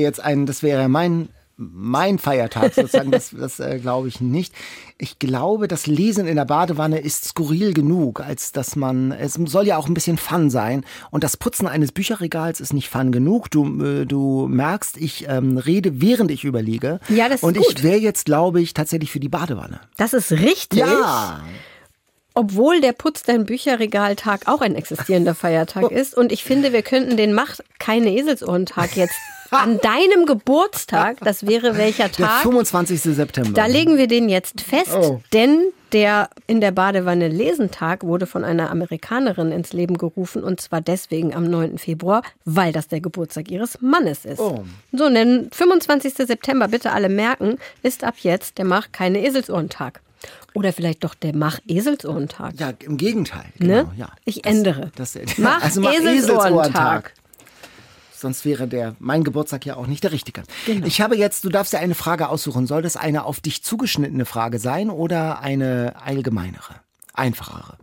S1: mein Feiertag sozusagen, das glaube ich nicht. Ich glaube, das Lesen in der Badewanne ist skurril genug, als dass es soll ja auch ein bisschen Fun sein. Und das Putzen eines Bücherregals ist nicht Fun genug. Du merkst, ich rede, während ich überlege.
S3: Ja, das ist
S1: und
S3: gut.
S1: Ich wäre jetzt, glaube ich, tatsächlich für die Badewanne.
S3: Das ist richtig.
S1: Ja.
S3: Obwohl der Putz dein Bücherregal-Tag auch ein existierender Feiertag ist. Und ich finde, wir könnten den Mach keine Eselsohren-Tag jetzt an deinem Geburtstag, das wäre welcher Tag?
S1: Der 25. September.
S3: Da legen wir den jetzt fest, denn der In der Badewanne Lesentag wurde von einer Amerikanerin ins Leben gerufen und zwar deswegen am 9. Februar, weil das der Geburtstag ihres Mannes ist. So, und der 25. September, bitte alle merken, ist ab jetzt der Mach keine Eselsohren-Tag. Oder vielleicht doch der Mach-Eselsohren-Tag.
S1: Ja, im Gegenteil. Genau,
S3: Ne?
S1: ja.
S3: Ich ändere.
S1: Mach
S3: Eselsohren-Tag.
S1: Sonst wäre mein Geburtstag ja auch nicht der richtige.
S3: Genau.
S1: Du darfst ja eine Frage aussuchen. Soll das eine auf dich zugeschnittene Frage sein oder eine allgemeinere, einfachere?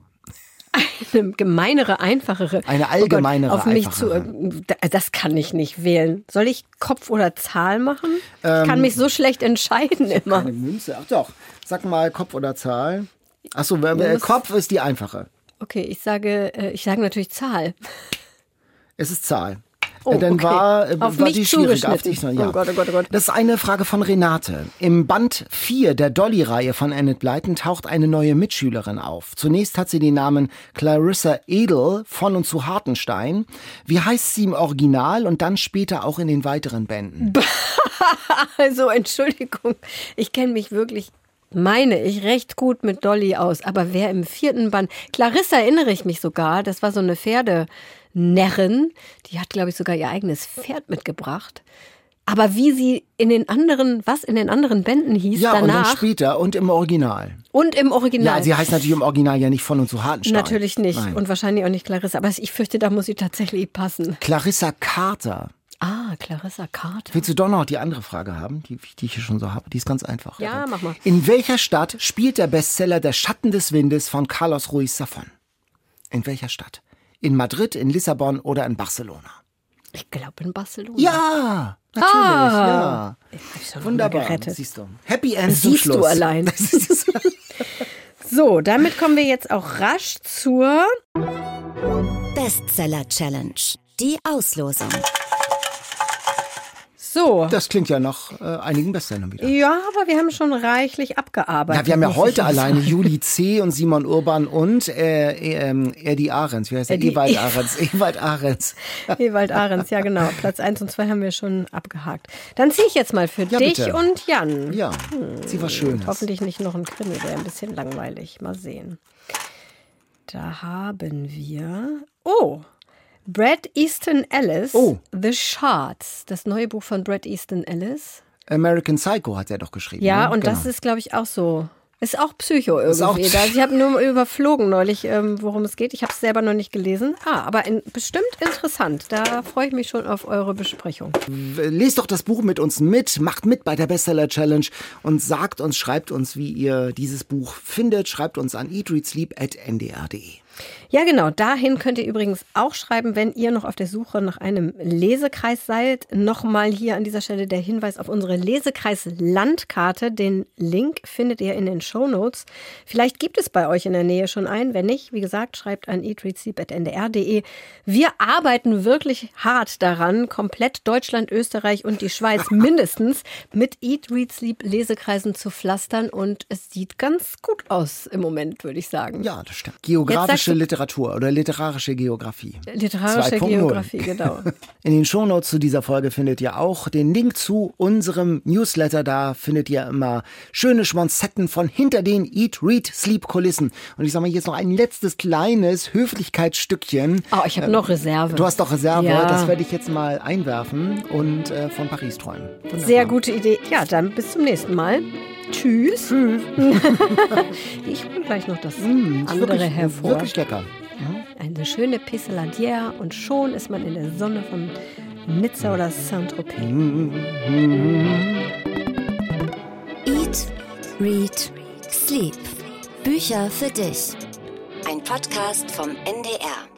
S3: Eine gemeinere, einfachere.
S1: Eine allgemeinere,
S3: auf mich
S1: einfachere.
S3: Das kann ich nicht wählen. Soll ich Kopf oder Zahl machen? Ich kann mich so schlecht entscheiden immer.
S1: Eine Münze, ach doch. Sag mal Kopf oder Zahl. Achso, Kopf ist die einfache.
S3: Okay, ich sage natürlich Zahl.
S1: Es ist Zahl.
S3: Oh,
S1: Dann
S3: okay.
S1: war
S3: mich
S1: die schwierige. Auf dich,
S3: Oh Gott, oh Gott, oh Gott.
S1: Das ist eine Frage von Renate. Im Band 4 der Dolly-Reihe von Enid Blyton taucht eine neue Mitschülerin auf. Zunächst hat sie den Namen Clarissa Edel von und zu Hartenstein. Wie heißt sie im Original und dann später auch in den weiteren Bänden?
S3: Also, Entschuldigung, ich kenne mich wirklich, meine ich, recht gut mit Dolly aus. Aber wer im 4. Band, Clarissa erinnere ich mich sogar, das war so eine Pferdenärrin, die hat, glaube ich, sogar ihr eigenes Pferd mitgebracht. Aber wie sie in den anderen Bänden hieß
S1: Ja,
S3: danach.
S1: und dann später und im Original.
S3: Und im Original.
S1: Ja, sie heißt natürlich im Original ja nicht von und zu Hartenstein.
S3: Natürlich nicht.
S1: Nein.
S3: Und wahrscheinlich auch nicht Clarissa. Aber ich fürchte, da muss sie tatsächlich passen.
S1: Clarissa Carter.
S3: Ah, Clarissa Carter.
S1: Willst du doch noch die andere Frage haben, die ich hier schon so habe? Die ist ganz einfach.
S3: Ja, mach mal.
S1: In welcher Stadt spielt der Bestseller Der Schatten des Windes von Carlos Ruiz Zafón? In welcher Stadt? In Madrid, in Lissabon oder in Barcelona?
S3: Ich glaube in Barcelona.
S1: Ja, natürlich, ja.
S3: Ich hab schon
S1: Wunderbar,
S3: gerettet.
S1: siehst du. Happy End zum
S3: Siehst
S1: Schluss.
S3: du allein. So, damit kommen wir jetzt auch rasch zur
S2: Bestseller Challenge. Die Auslosung.
S3: So.
S1: Das klingt ja nach einigen Bestsellern wieder.
S3: Ja, aber wir haben schon reichlich abgearbeitet.
S1: Ja, wir haben ja
S3: muss
S1: heute
S3: ich
S1: alleine
S3: sagen.
S1: Juli C. und Simon Urban und Eddie Ahrens. Wie heißt der? Ewald Ahrens.
S3: Ewald Ahrens, ja genau. Platz 1 und 2 haben wir schon abgehakt. Dann ziehe ich jetzt mal für dich
S1: bitte.
S3: und Jan.
S1: Ja, zieh was Schönes.
S3: Hoffentlich nicht noch ein Krimi, wäre ein bisschen langweilig. Mal sehen. Da haben wir... Oh, Bret Easton Ellis, The Shards. Das neue Buch von Bret Easton Ellis.
S1: American Psycho hat er doch geschrieben.
S3: Ja,
S1: ne?
S3: und
S1: Genau.
S3: das ist, glaube ich, auch so. Ist auch Psycho irgendwie.
S1: auch
S3: Also ich habe nur überflogen neulich, worum es geht. Ich habe es selber noch nicht gelesen. Aber bestimmt interessant. Da freue ich mich schon auf eure Besprechung.
S1: Lest doch das Buch mit uns mit, macht mit bei der Bestseller Challenge und schreibt uns, wie ihr dieses Buch findet. Schreibt uns an eatreadsleep@ndr.de.
S3: Ja, genau. Dahin könnt ihr übrigens auch schreiben, wenn ihr noch auf der Suche nach einem Lesekreis seid. Nochmal hier an dieser Stelle der Hinweis auf unsere Lesekreis-Landkarte. Den Link findet ihr in den Shownotes. Vielleicht gibt es bei euch in der Nähe schon einen. Wenn nicht, wie gesagt, schreibt an eatreadsleep@ndr.de. Wir arbeiten wirklich hart daran, komplett Deutschland, Österreich und die Schweiz mindestens mit Eat, Read, Sleep Lesekreisen zu pflastern. Und es sieht ganz gut aus im Moment, würde ich sagen.
S1: Ja, das stimmt. Geografische Literatur oder literarische Geografie.
S3: Literarische
S1: 2.0.
S3: Geografie, genau.
S1: In den Shownotes zu dieser Folge findet ihr auch den Link zu unserem Newsletter. Da findet ihr immer schöne Schmonzetten von hinter den Eat, Read, Sleep Kulissen. Und ich sage mal, jetzt noch ein letztes kleines Höflichkeitsstückchen.
S3: Oh, ich habe noch Reserve.
S1: Du hast doch Reserve,
S3: Ja.
S1: das werde ich jetzt mal einwerfen und von Paris träumen. Wunderbar.
S3: Sehr gute Idee. Ja, dann bis zum nächsten Mal. Tschüss. Ich hole gleich noch das andere hervor.
S1: Wirklich lecker.
S3: Eine schöne Pisseladière und schon ist man in der Sonne von Nizza oder Saint-Tropez.
S2: Eat, Read, Sleep. Bücher für dich. Ein Podcast vom NDR.